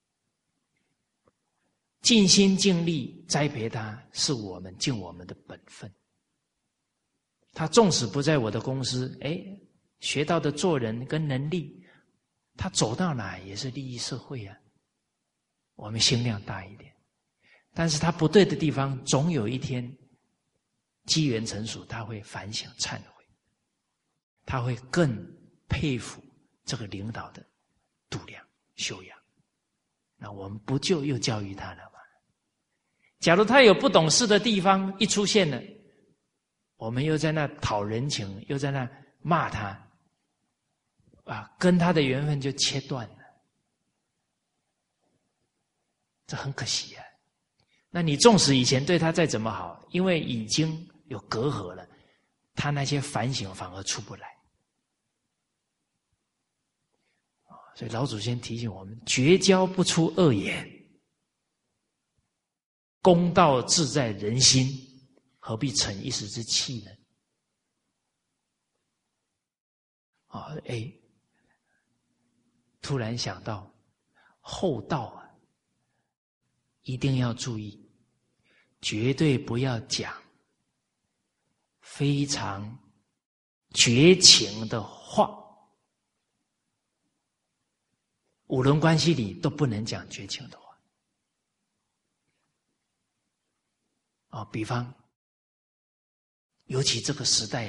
尽心尽力栽培他，是我们尽我们的本分。他纵使不在我的公司，学到的做人跟能力，他走到哪也是利益社会啊。我们心量大一点，但是他不对的地方，总有一天机缘成熟，他会反省忏悔，他会更佩服这个领导的度量修养。那我们不就又教育他了吗？假如他有不懂事的地方一出现了，我们又在那讨人情，又在那骂他，跟他的缘分就切断了，这很可惜啊。那你纵使以前对他再怎么好，因为已经有隔阂了，他那些反省反而出不来。所以老祖先提醒我们，绝交不出恶言，公道自在人心，何必逞一时之气呢？突然想到厚道一定要注意，绝对不要讲非常绝情的话。五伦关系里都不能讲绝情的话。比方，尤其这个时代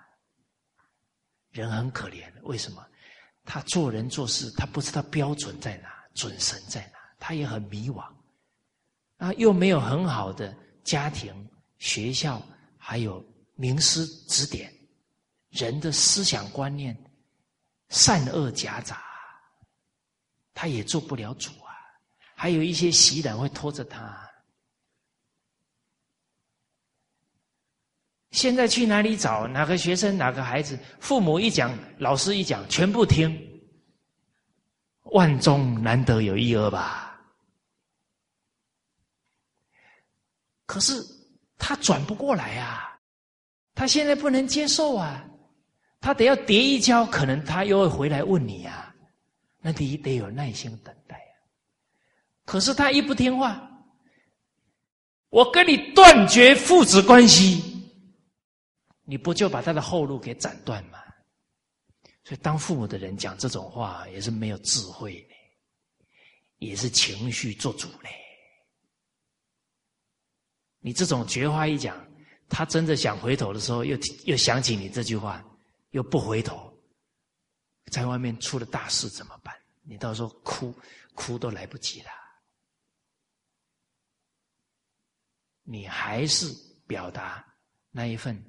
人很可怜，为什么？他做人做事，他不知道标准在哪，准绳在哪，他也很迷惘。又没有很好的家庭、学校，还有名师指点，人的思想观念善恶夹杂，他也做不了主还有一些习染会拖着他。现在去哪里找？哪个学生，哪个孩子，父母一讲，老师一讲，全部听。万中难得有一二吧。可是他转不过来他现在不能接受他得要跌一跤，可能他又会回来问你那你得有耐心等待可是他一不听话，我跟你断绝父子关系，你不就把他的后路给斩断吗？所以当父母的人讲这种话也是没有智慧的，也是情绪做主的。你这种绝话一讲，他真的想回头的时候，又想起你这句话，又不回头，在外面出了大事怎么办？你到时候哭都来不及了。你还是表达那一份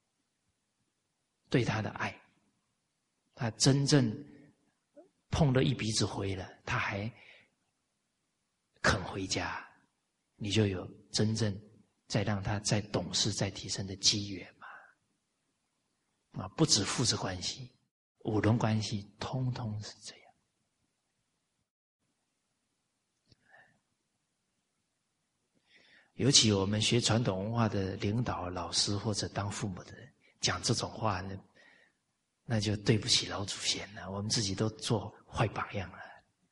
对他的爱，他真正碰了一鼻子灰了，他还肯回家，你就有真正再让他再懂事再提升的机缘嘛。不止父子关系，五伦关系通通是这样。尤其我们学传统文化的领导、老师或者当父母的人讲这种话呢，那就对不起老祖先了，我们自己都做坏榜样了。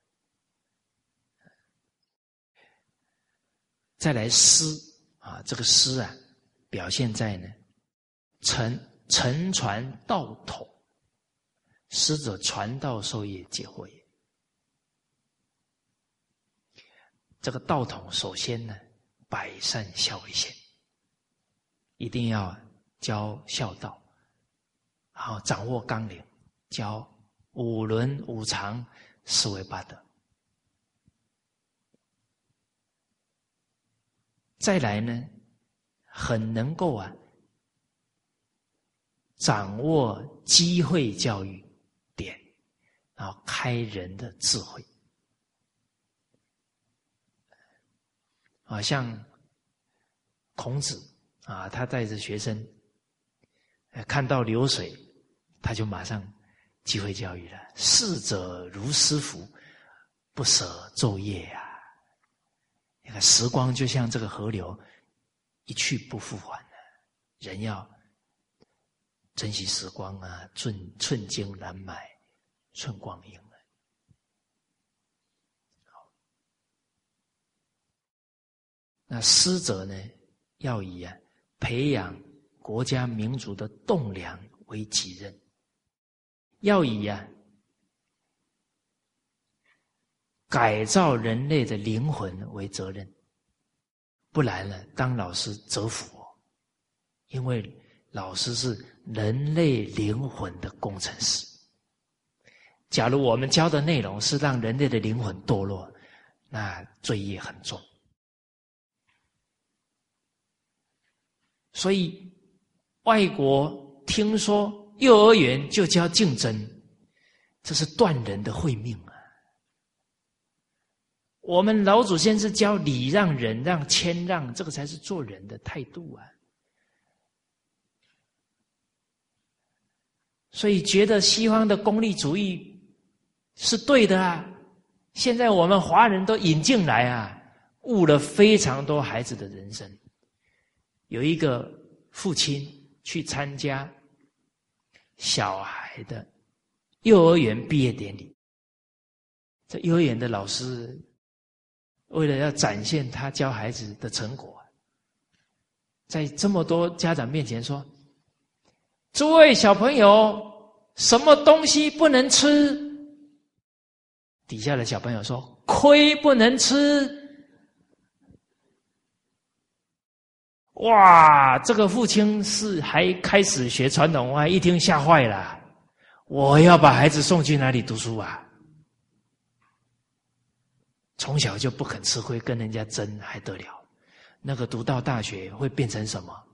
再来诗这个诗表现在呢承传道统，师者传道授业解惑也。这个道统首先呢，百善孝为先，一定要教孝道，然后掌握纲领，教五伦五常四维八德。再来呢，很能够掌握机会教育点，然后开人的智慧。像孔子啊，他带着学生看到流水，他就马上机会教育了：逝者如斯夫，不舍昼夜啊！你看时光就像这个河流，一去不复还了。人要珍惜时光啊，寸金难买寸光阴。那师者呢，要以培养国家民族的栋梁为己任，要以改造人类的灵魂为责任，不然呢，当老师折服我，因为老师是人类灵魂的工程师。假如我们教的内容是让人类的灵魂堕落，那罪业很重。所以外国听说幼儿园就教竞争，这是断人的慧命啊！我们老祖先是教礼让、忍让、谦让，这个才是做人的态度啊！所以觉得西方的功利主义是对的啊！现在我们华人都引进来啊，误了非常多孩子的人生。有一个父亲去参加小孩的幼儿园毕业典礼，这幼儿园的老师为了要展现他教孩子的成果，在这么多家长面前说：诸位小朋友，什么东西不能吃？底下的小朋友说：亏不能吃。哇，这个父亲是还开始学传统文化，一听吓坏了，我要把孩子送去哪里读书啊？从小就不肯吃亏，跟人家争还得了？那个读到大学会变成什么？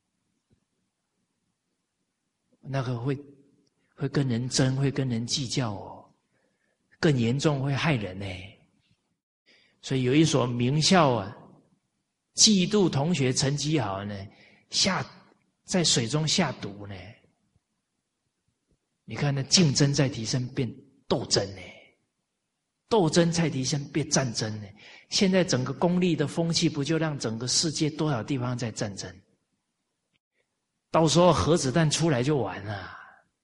那个会跟人争，会跟人计较哦，更严重会害人呢。所以有一所名校啊，嫉妒同学成绩好呢，在水中下毒呢。你看那竞争在提升变斗争呢，斗争在提升变战争呢。现在整个功利的风气，不就让整个世界多少地方在战争？到时候核子弹出来就完了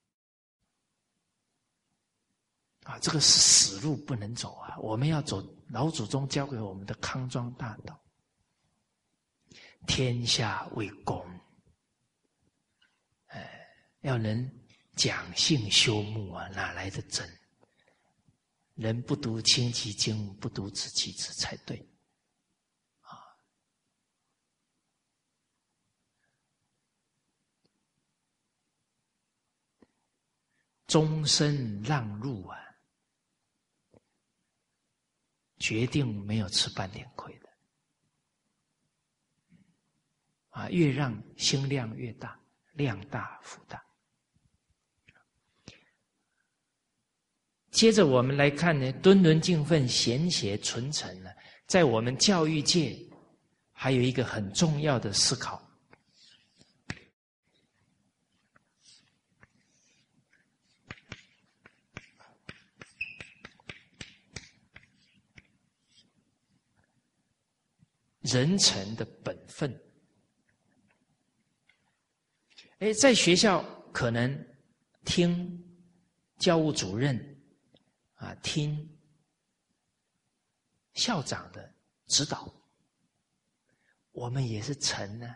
啊！这个是死路不能走啊！我们要走老祖宗教给我们的康庄大道。天下为公，要能讲信修睦啊，哪来的真？人不读亲戚经，不读子其子才对啊！终身让入啊，决定没有吃半点亏的。啊，越让心量越大，量大福大。接着我们来看呢，敦伦敬分、贤邪纯诚呢，在我们教育界还有一个很重要的思考。人臣的本分。在学校可能听教务主任啊，听校长的指导，我们也是臣呢。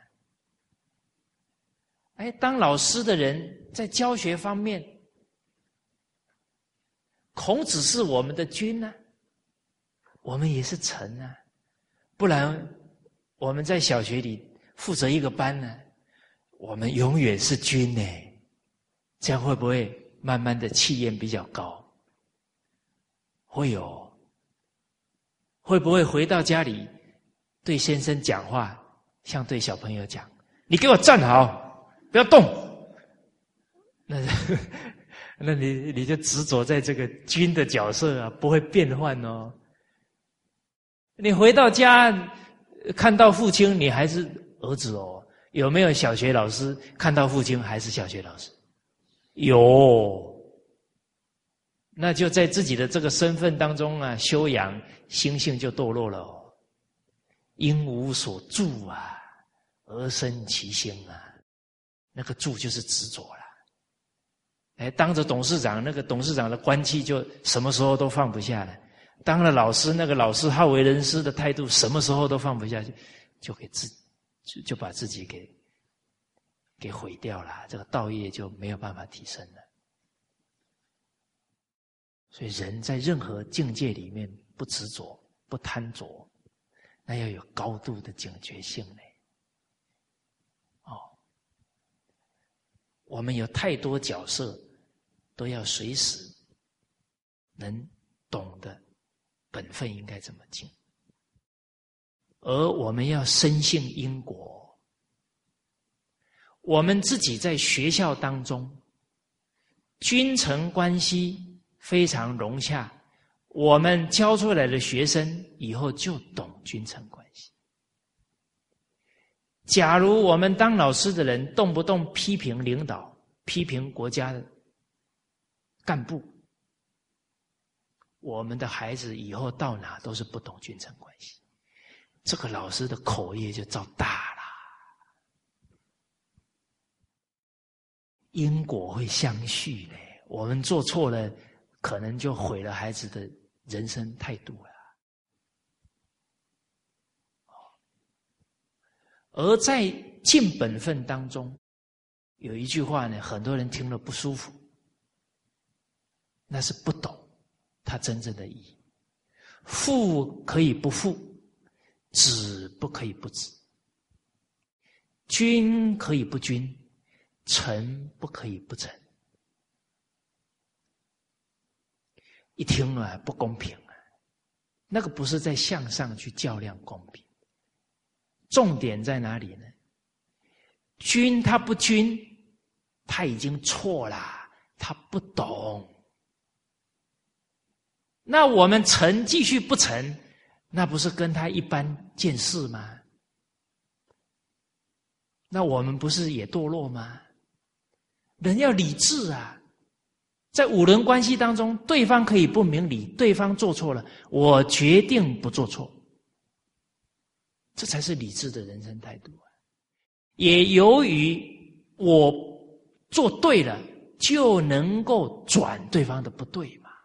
当老师的人在教学方面，孔子是我们的君呢，我们也是臣呢。不然我们在小学里负责一个班呢，我们永远是君呢，这样会不会慢慢的气焰比较高？会有。会不会回到家里对先生讲话像对小朋友讲，你给我站好，不要动？那你就执着在这个君的角色啊，不会变换哦。你回到家看到父亲，你还是儿子哦，有没有小学老师看到父亲还是小学老师？有，那就在自己的这个身份当中啊，修养心性就堕落了哦。因无所住啊，而生其心啊，那个住就是执着了。哎，当着董事长，那个董事长的官气就什么时候都放不下了；当了老师，那个老师好为人师的态度，什么时候都放不下去，就把自己给毁掉了，这个道业就没有办法提升了。所以人在任何境界里面不执着、不贪着，那要有高度的警觉性呢。我们有太多角色，都要随时能懂得本分应该怎么尽，而我们要深信因果。我们自己在学校当中，君臣关系非常融洽，我们教出来的学生以后就懂君臣关系。假如我们当老师的人动不动批评领导、批评国家的干部，我们的孩子以后到哪都是不懂君臣关系，这个老师的口业就造大了，因果会相续呢。我们做错了，可能就毁了孩子的人生态度了。而在尽本分当中，有一句话呢，很多人听了不舒服，那是不懂它真正的意义。父可以不父，子不可以不子；君可以不君，臣不可以不臣。一听啊，不公平啊！那个不是在向上去较量公平。重点在哪里呢？君他不君，他已经错了，他不懂。那我们臣继续不臣，那不是跟他一般见识吗？那我们不是也堕落吗？人要理智啊！在五伦关系当中，对方可以不明理，对方做错了，我决定不做错。这才是理智的人生态度啊！也由于我做对了，就能够转对方的不对嘛。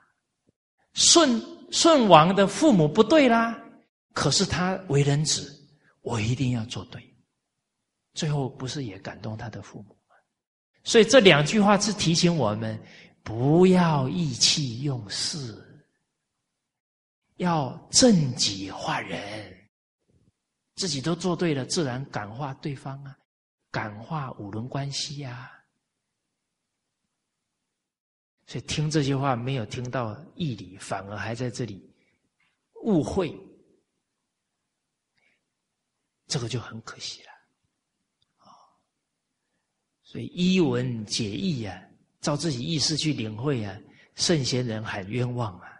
舜王的父母不对啦，可是他为人子，我一定要做对。最后不是也感动他的父母吗？所以这两句话是提醒我们，不要意气用事，要正己化人。自己都做对了，自然感化对方啊，感化五伦关系啊。所以听这些话没有听到义理，反而还在这里误会，这个就很可惜了。所以依文解义啊，照自己意思去领会啊，圣贤人很冤枉啊。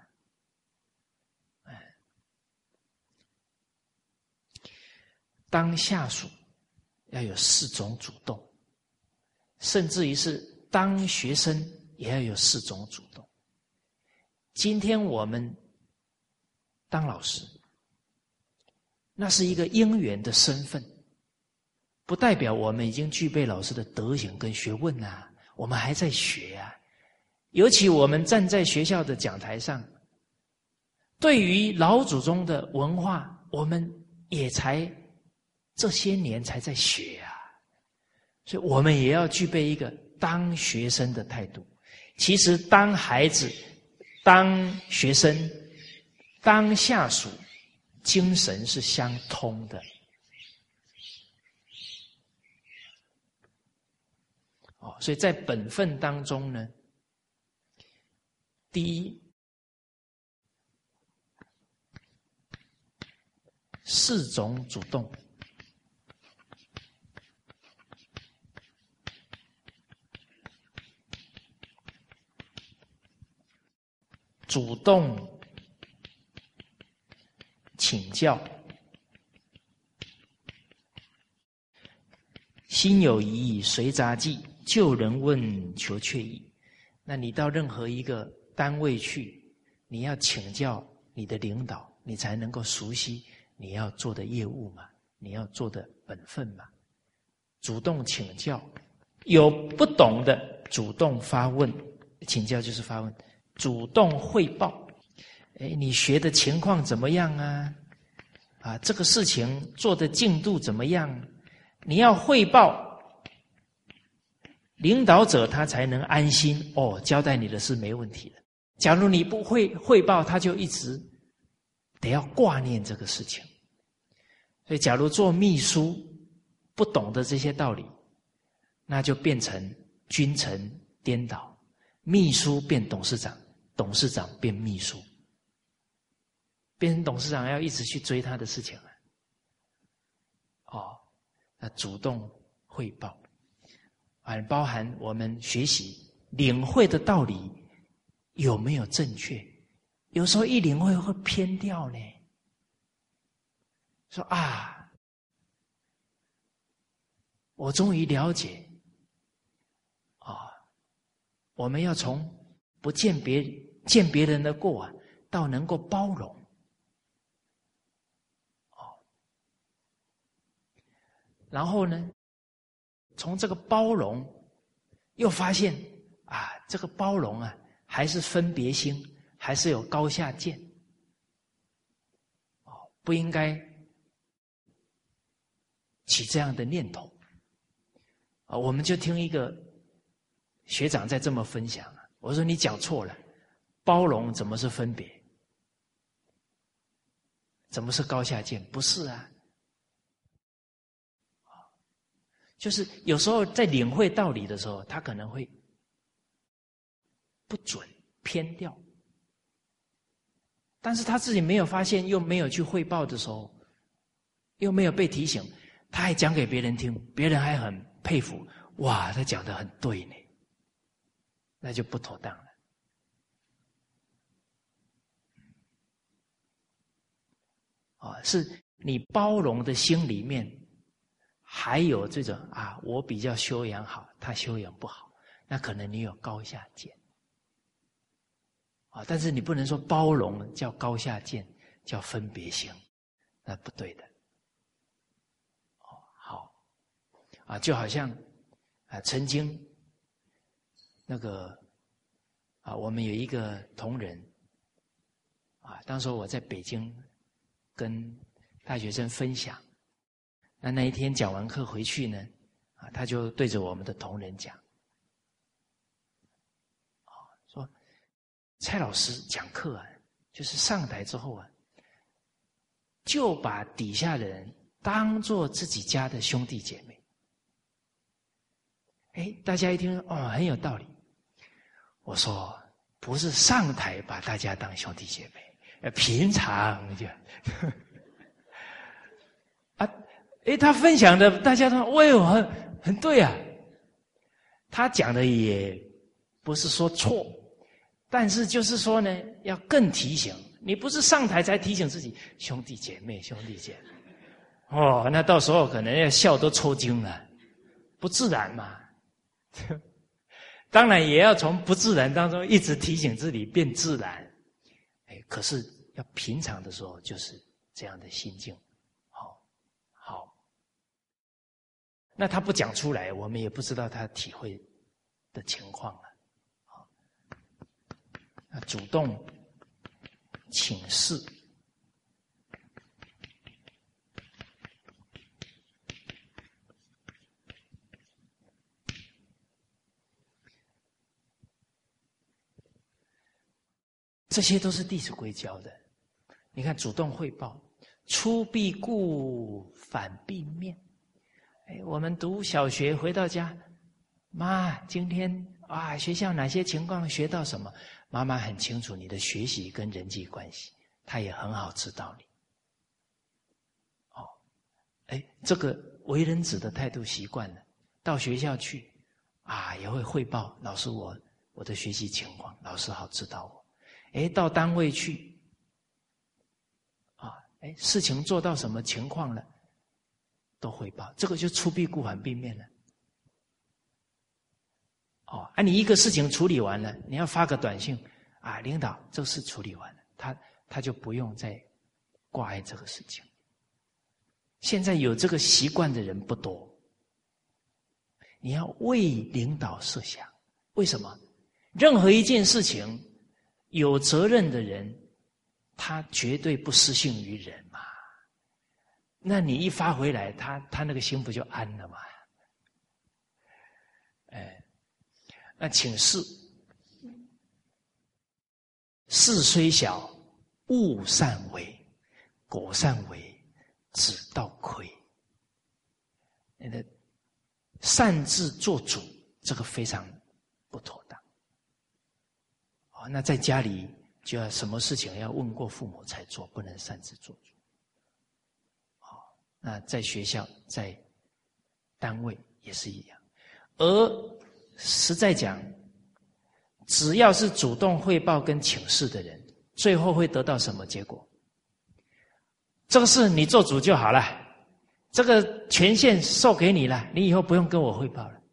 当下属要有4种主动，甚至于是当学生也要有4种主动。今天我们当老师，那是一个因缘的身份，不代表我们已经具备老师的德行跟学问啊，我们还在学啊。尤其我们站在学校的讲台上，对于老祖宗的文化，我们也才这些年才在学啊，所以我们也要具备一个当学生的态度。其实当孩子、当学生、当下属，精神是相通的。所以在本分当中呢，第一，4种主动。主动请教， 心有疑，随杂记，就人问求确意。那你到任何一个单位去，你要请教你的领导，你才能够熟悉你要做的业务嘛，你要做的本分嘛。主动请教，有不懂的主动发问，请教就是发问，主动汇报。你学的情况怎么样啊？这个事情做的进度怎么样？你要汇报，领导者他才能安心交代你的事没问题的。假如你不会汇报，他就一直得要挂念这个事情。所以假如做秘书不懂得这些道理，那就变成君臣颠倒，秘书变董事长，董事长变秘书，变成董事长要一直去追他的事情了。那主动汇报，包含我们学习领会的道理有没有正确？有时候一领会会偏掉呢。说我终于了解我们要从不见别人的过到能够包容。然后呢，从这个包容又发现这个包容还是分别心，还是有高下见。不应该起这样的念头。我们就听一个学长在这么分享我说你讲错了，包容怎么是分别？怎么是高下见？不是就是有时候在领会道理的时候，他可能会不准偏掉，但是他自己没有发现，又没有去汇报的时候，又没有被提醒，他还讲给别人听，别人还很佩服，哇，他讲得很对呢，那就不妥当了。是你包容的心里面还有这种我比较修养好，他修养不好，那可能你有高下见。但是你不能说包容叫高下见，叫分别心，那不对的。好，就好像曾经那个我们有一个同仁当时我在北京跟大学生分享，那一天讲完课回去呢，他就对着我们的同仁讲，说蔡老师讲课就是上台之后就把底下的人当作自己家的兄弟姐妹。大家一听很有道理。我说不是上台把大家当兄弟姐妹，平常就他分享的大家都很对他讲的也不是说错，但是就是说呢，要更提醒你，不是上台才提醒自己兄弟姐妹那到时候可能要笑都抽筋了，不自然嘛。当然也要从不自然当中一直提醒自己变自然。可是要平常的时候就是这样的心境。好，那他不讲出来，我们也不知道他体会的情况了。那主动请示，这些都是《弟子规》教的。你看，主动汇报，出必顾，反必面。我们读小学回到家，妈，今天学校哪些情况学到什么？妈妈很清楚你的学习跟人际关系，她也很好知道你。这个为人子的态度习惯了，到学校去也会汇报老师我的学习情况，老师好知道我。到单位去事情做到什么情况了， 都汇报，这个就出必固反必面了。你一个事情处理完了，你要发个短信领导，这个事处理完了，他就不用再挂碍这个事情。现在有这个习惯的人不多，你要为领导设想。为什么？任何一件事情，有责任的人，他绝对不失信于人嘛。那你一发回来，他那个心不就安了吗？那请示，事虽小，勿擅为，果擅为，只道亏。擅自做主，这个非常不妥当。那在家里就要什么事情要问过父母才做，不能擅自做主。那在学校、在单位也是一样。而实在讲，只要是主动汇报跟请示的人，最后会得到什么结果？这个事你做主就好了，这个权限授给你了，你以后不用跟我汇报了。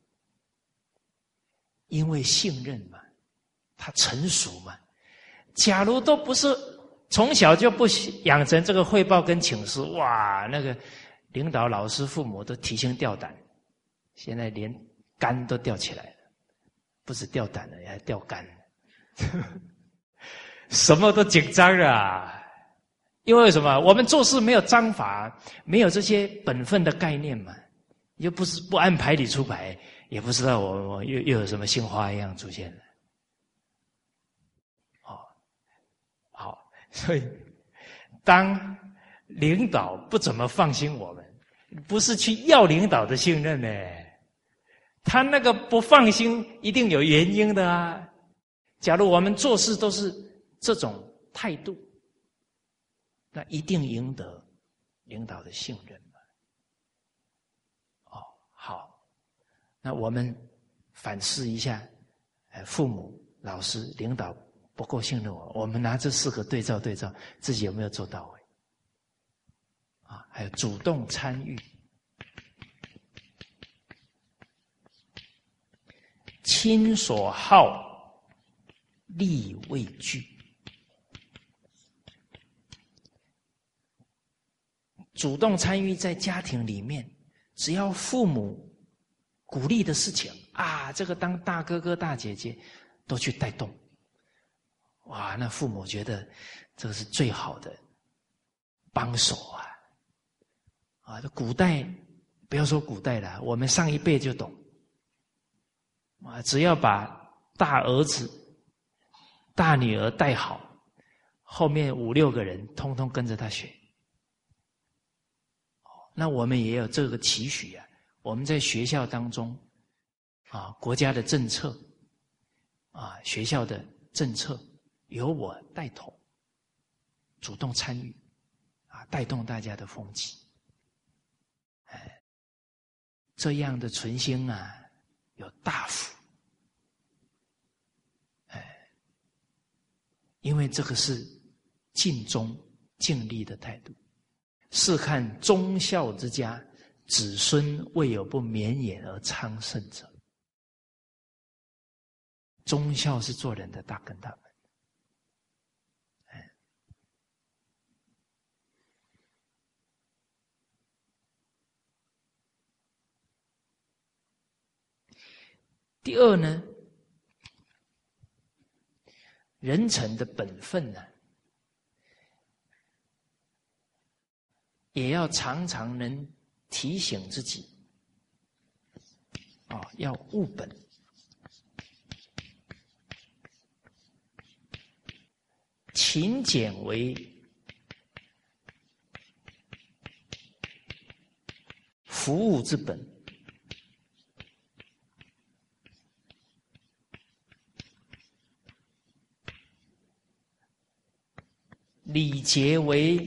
因为信任嘛，他成熟嘛。假如都不是从小就不养成这个汇报跟请示，哇，那个领导、老师、父母都提心吊胆，现在连肝都吊起来了，不止吊胆了，还吊肝了，什么都紧张了。因为什么？我们做事没有章法，没有这些本分的概念嘛，又不是不按牌理出牌，也不知道我又有什么新花样出现了。好，所以当领导不怎么放心我们，不是去要领导的信任呢，他那个不放心一定有原因的啊。假如我们做事都是这种态度，那一定赢得领导的信任嘛。好，那我们反思一下，父母、老师、领导不够信任我们拿这4个对照，自己有没有做到位？还有主动参与，亲所好，力为具。主动参与在家庭里面，只要父母鼓励的事情这个当大哥哥大姐姐都去带动，哇，那父母觉得这个是最好的帮手古代不要说古代了，我们上一辈就懂只要把大儿子、大女儿带好，后面5、6个人通通跟着他学。那我们也有这个期许我们在学校当中国家的政策学校的政策由我带头，主动参与带动大家的风气。这样的存心有大福。因为这个是尽忠尽力的态度。试看忠孝之家，子孙未有不绵延而昌盛者。忠孝是做人的大根大本。第二呢，人臣的本分也要常常能提醒自己要务本，勤俭为服务之本，礼节为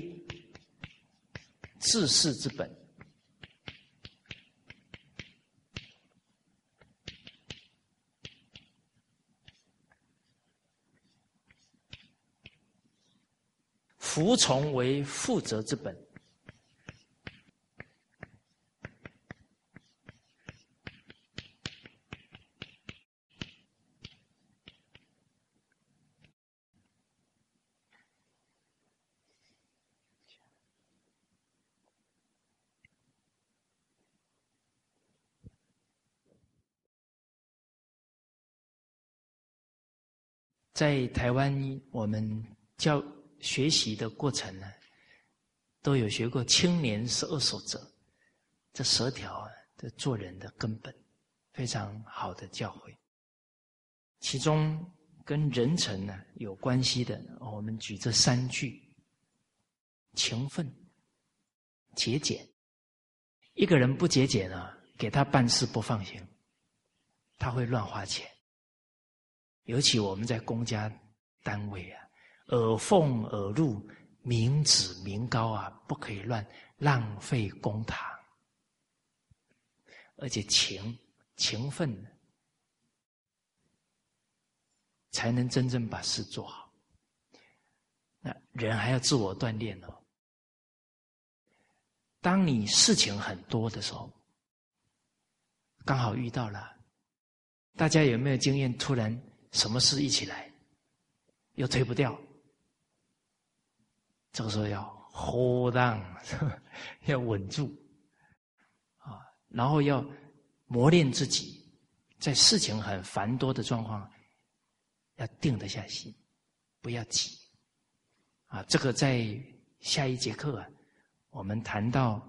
治世之本。服从为负责之本。 在台湾我们学习的过程呢，都有学过青年12守则，这10条的做人的根本，非常好的教诲。其中跟人诚呢有关系的，我们举这3句：勤奋、节俭。一个人不节俭呢，给他办事不放心，他会乱花钱。尤其我们在公家单位啊，耳奉耳入，民脂民膏啊，不可以乱浪费公帑。而且勤奋才能真正把事做好。那人还要自我锻炼哦。当你事情很多的时候，刚好遇到了，大家有没有经验？突然什么事一起来，又推不掉，这个时候要 hold on， 要稳住啊，然后要磨练自己，在事情很繁多的状况，要定得下心，不要急啊。这个在下一节课啊，我们谈到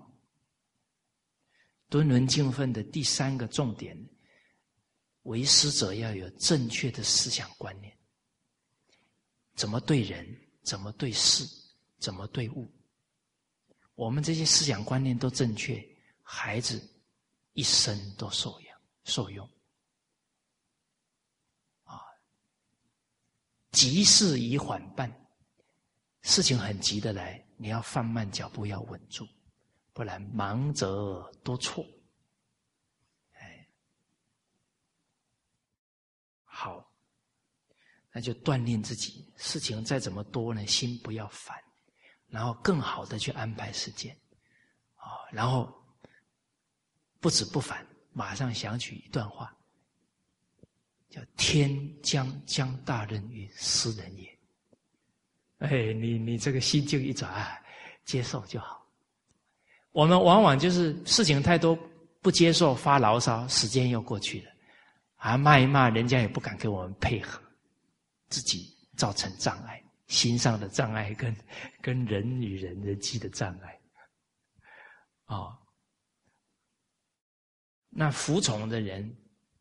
敦伦敬分的第3个重点，为师者要有正确的思想观念，怎么对人，怎么对事，怎么对物。我们这些思想观念都正确，孩子一生都受用啊。急事宜缓办，事情很急的来，你要放慢脚步，要稳住，不然忙则多错。好，那就锻炼自己，事情再怎么多呢，心不要烦，然后更好的去安排时间啊，然后不止不烦，马上想起一段话，叫天将大任于斯人也。你这个心境一转，接受就好。我们往往就是事情太多，不接受，发牢骚，时间又过去了啊，骂一骂，人家也不敢跟我们配合，自己造成障碍，心上的障碍跟人与人际的障碍哦。那服从的人，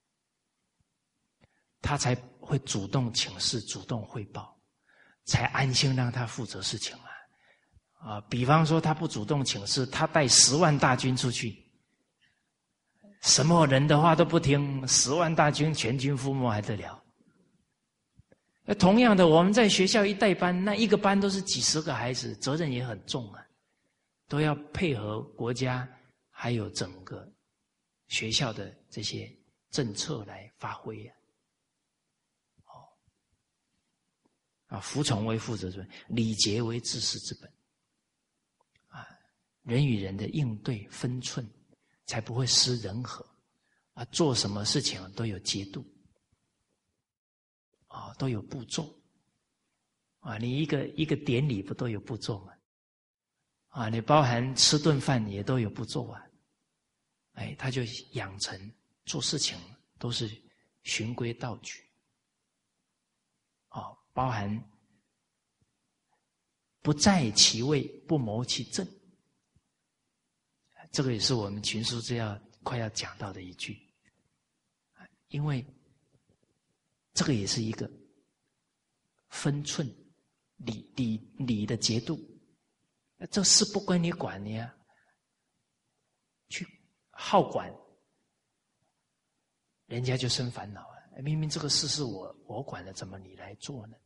他才会主动请示，主动汇报，才安心让他负责事情啊。比方说他不主动请示，他带10万大军出去，什么人的话都不听，10万大军全军覆没还得了？同样的，我们在学校一带班，那一个班都是几十个孩子，责任也很重啊，都要配合国家还有整个学校的这些政策来发挥啊。服从为负责之本，礼节为治世之本啊。人与人的应对分寸，才不会失人和啊。做什么事情都有节度啊，都有步骤啊。你一个典礼不都有步骤吗？啊，你包含吃顿饭也都有步骤啊。他就养成做事情都是循规蹈矩啊，包含不在其位，不谋其政。这个也是我们群书之要快要讲到的一句，因为这个也是一个分寸礼的节度。这事不归你管，你啊去好管，人家就生烦恼了。明明这个事是我管的，怎么你来做呢？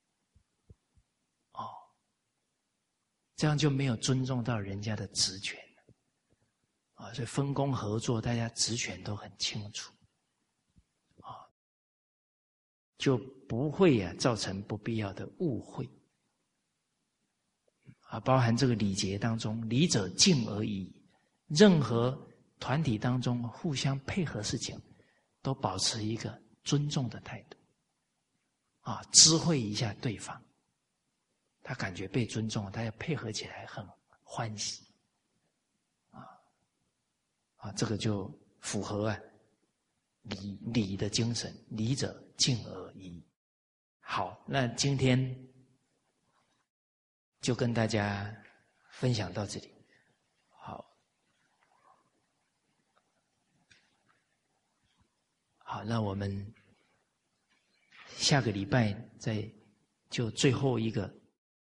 这样就没有尊重到人家的职权啊。所以分工合作，大家职权都很清楚啊，就不会造成不必要的误会啊。包含这个礼节当中，礼者敬而已。任何团体当中互相配合事情，都保持一个尊重的态度啊，知会一下对方，他感觉被尊重，他要配合起来很欢喜啊，这个就符合礼的精神，礼者敬而已。 好，那今天就跟大家分享到这里。好，那我们下个礼拜再就最后一个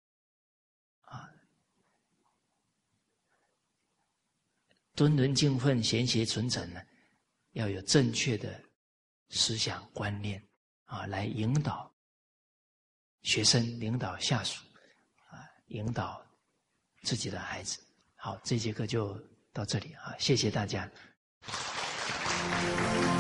敦伦敬奋贤协纯诚呢，要有正确的思想观念来引导学生，领导下属引导自己的孩子。好，这节课就到这里谢谢大家。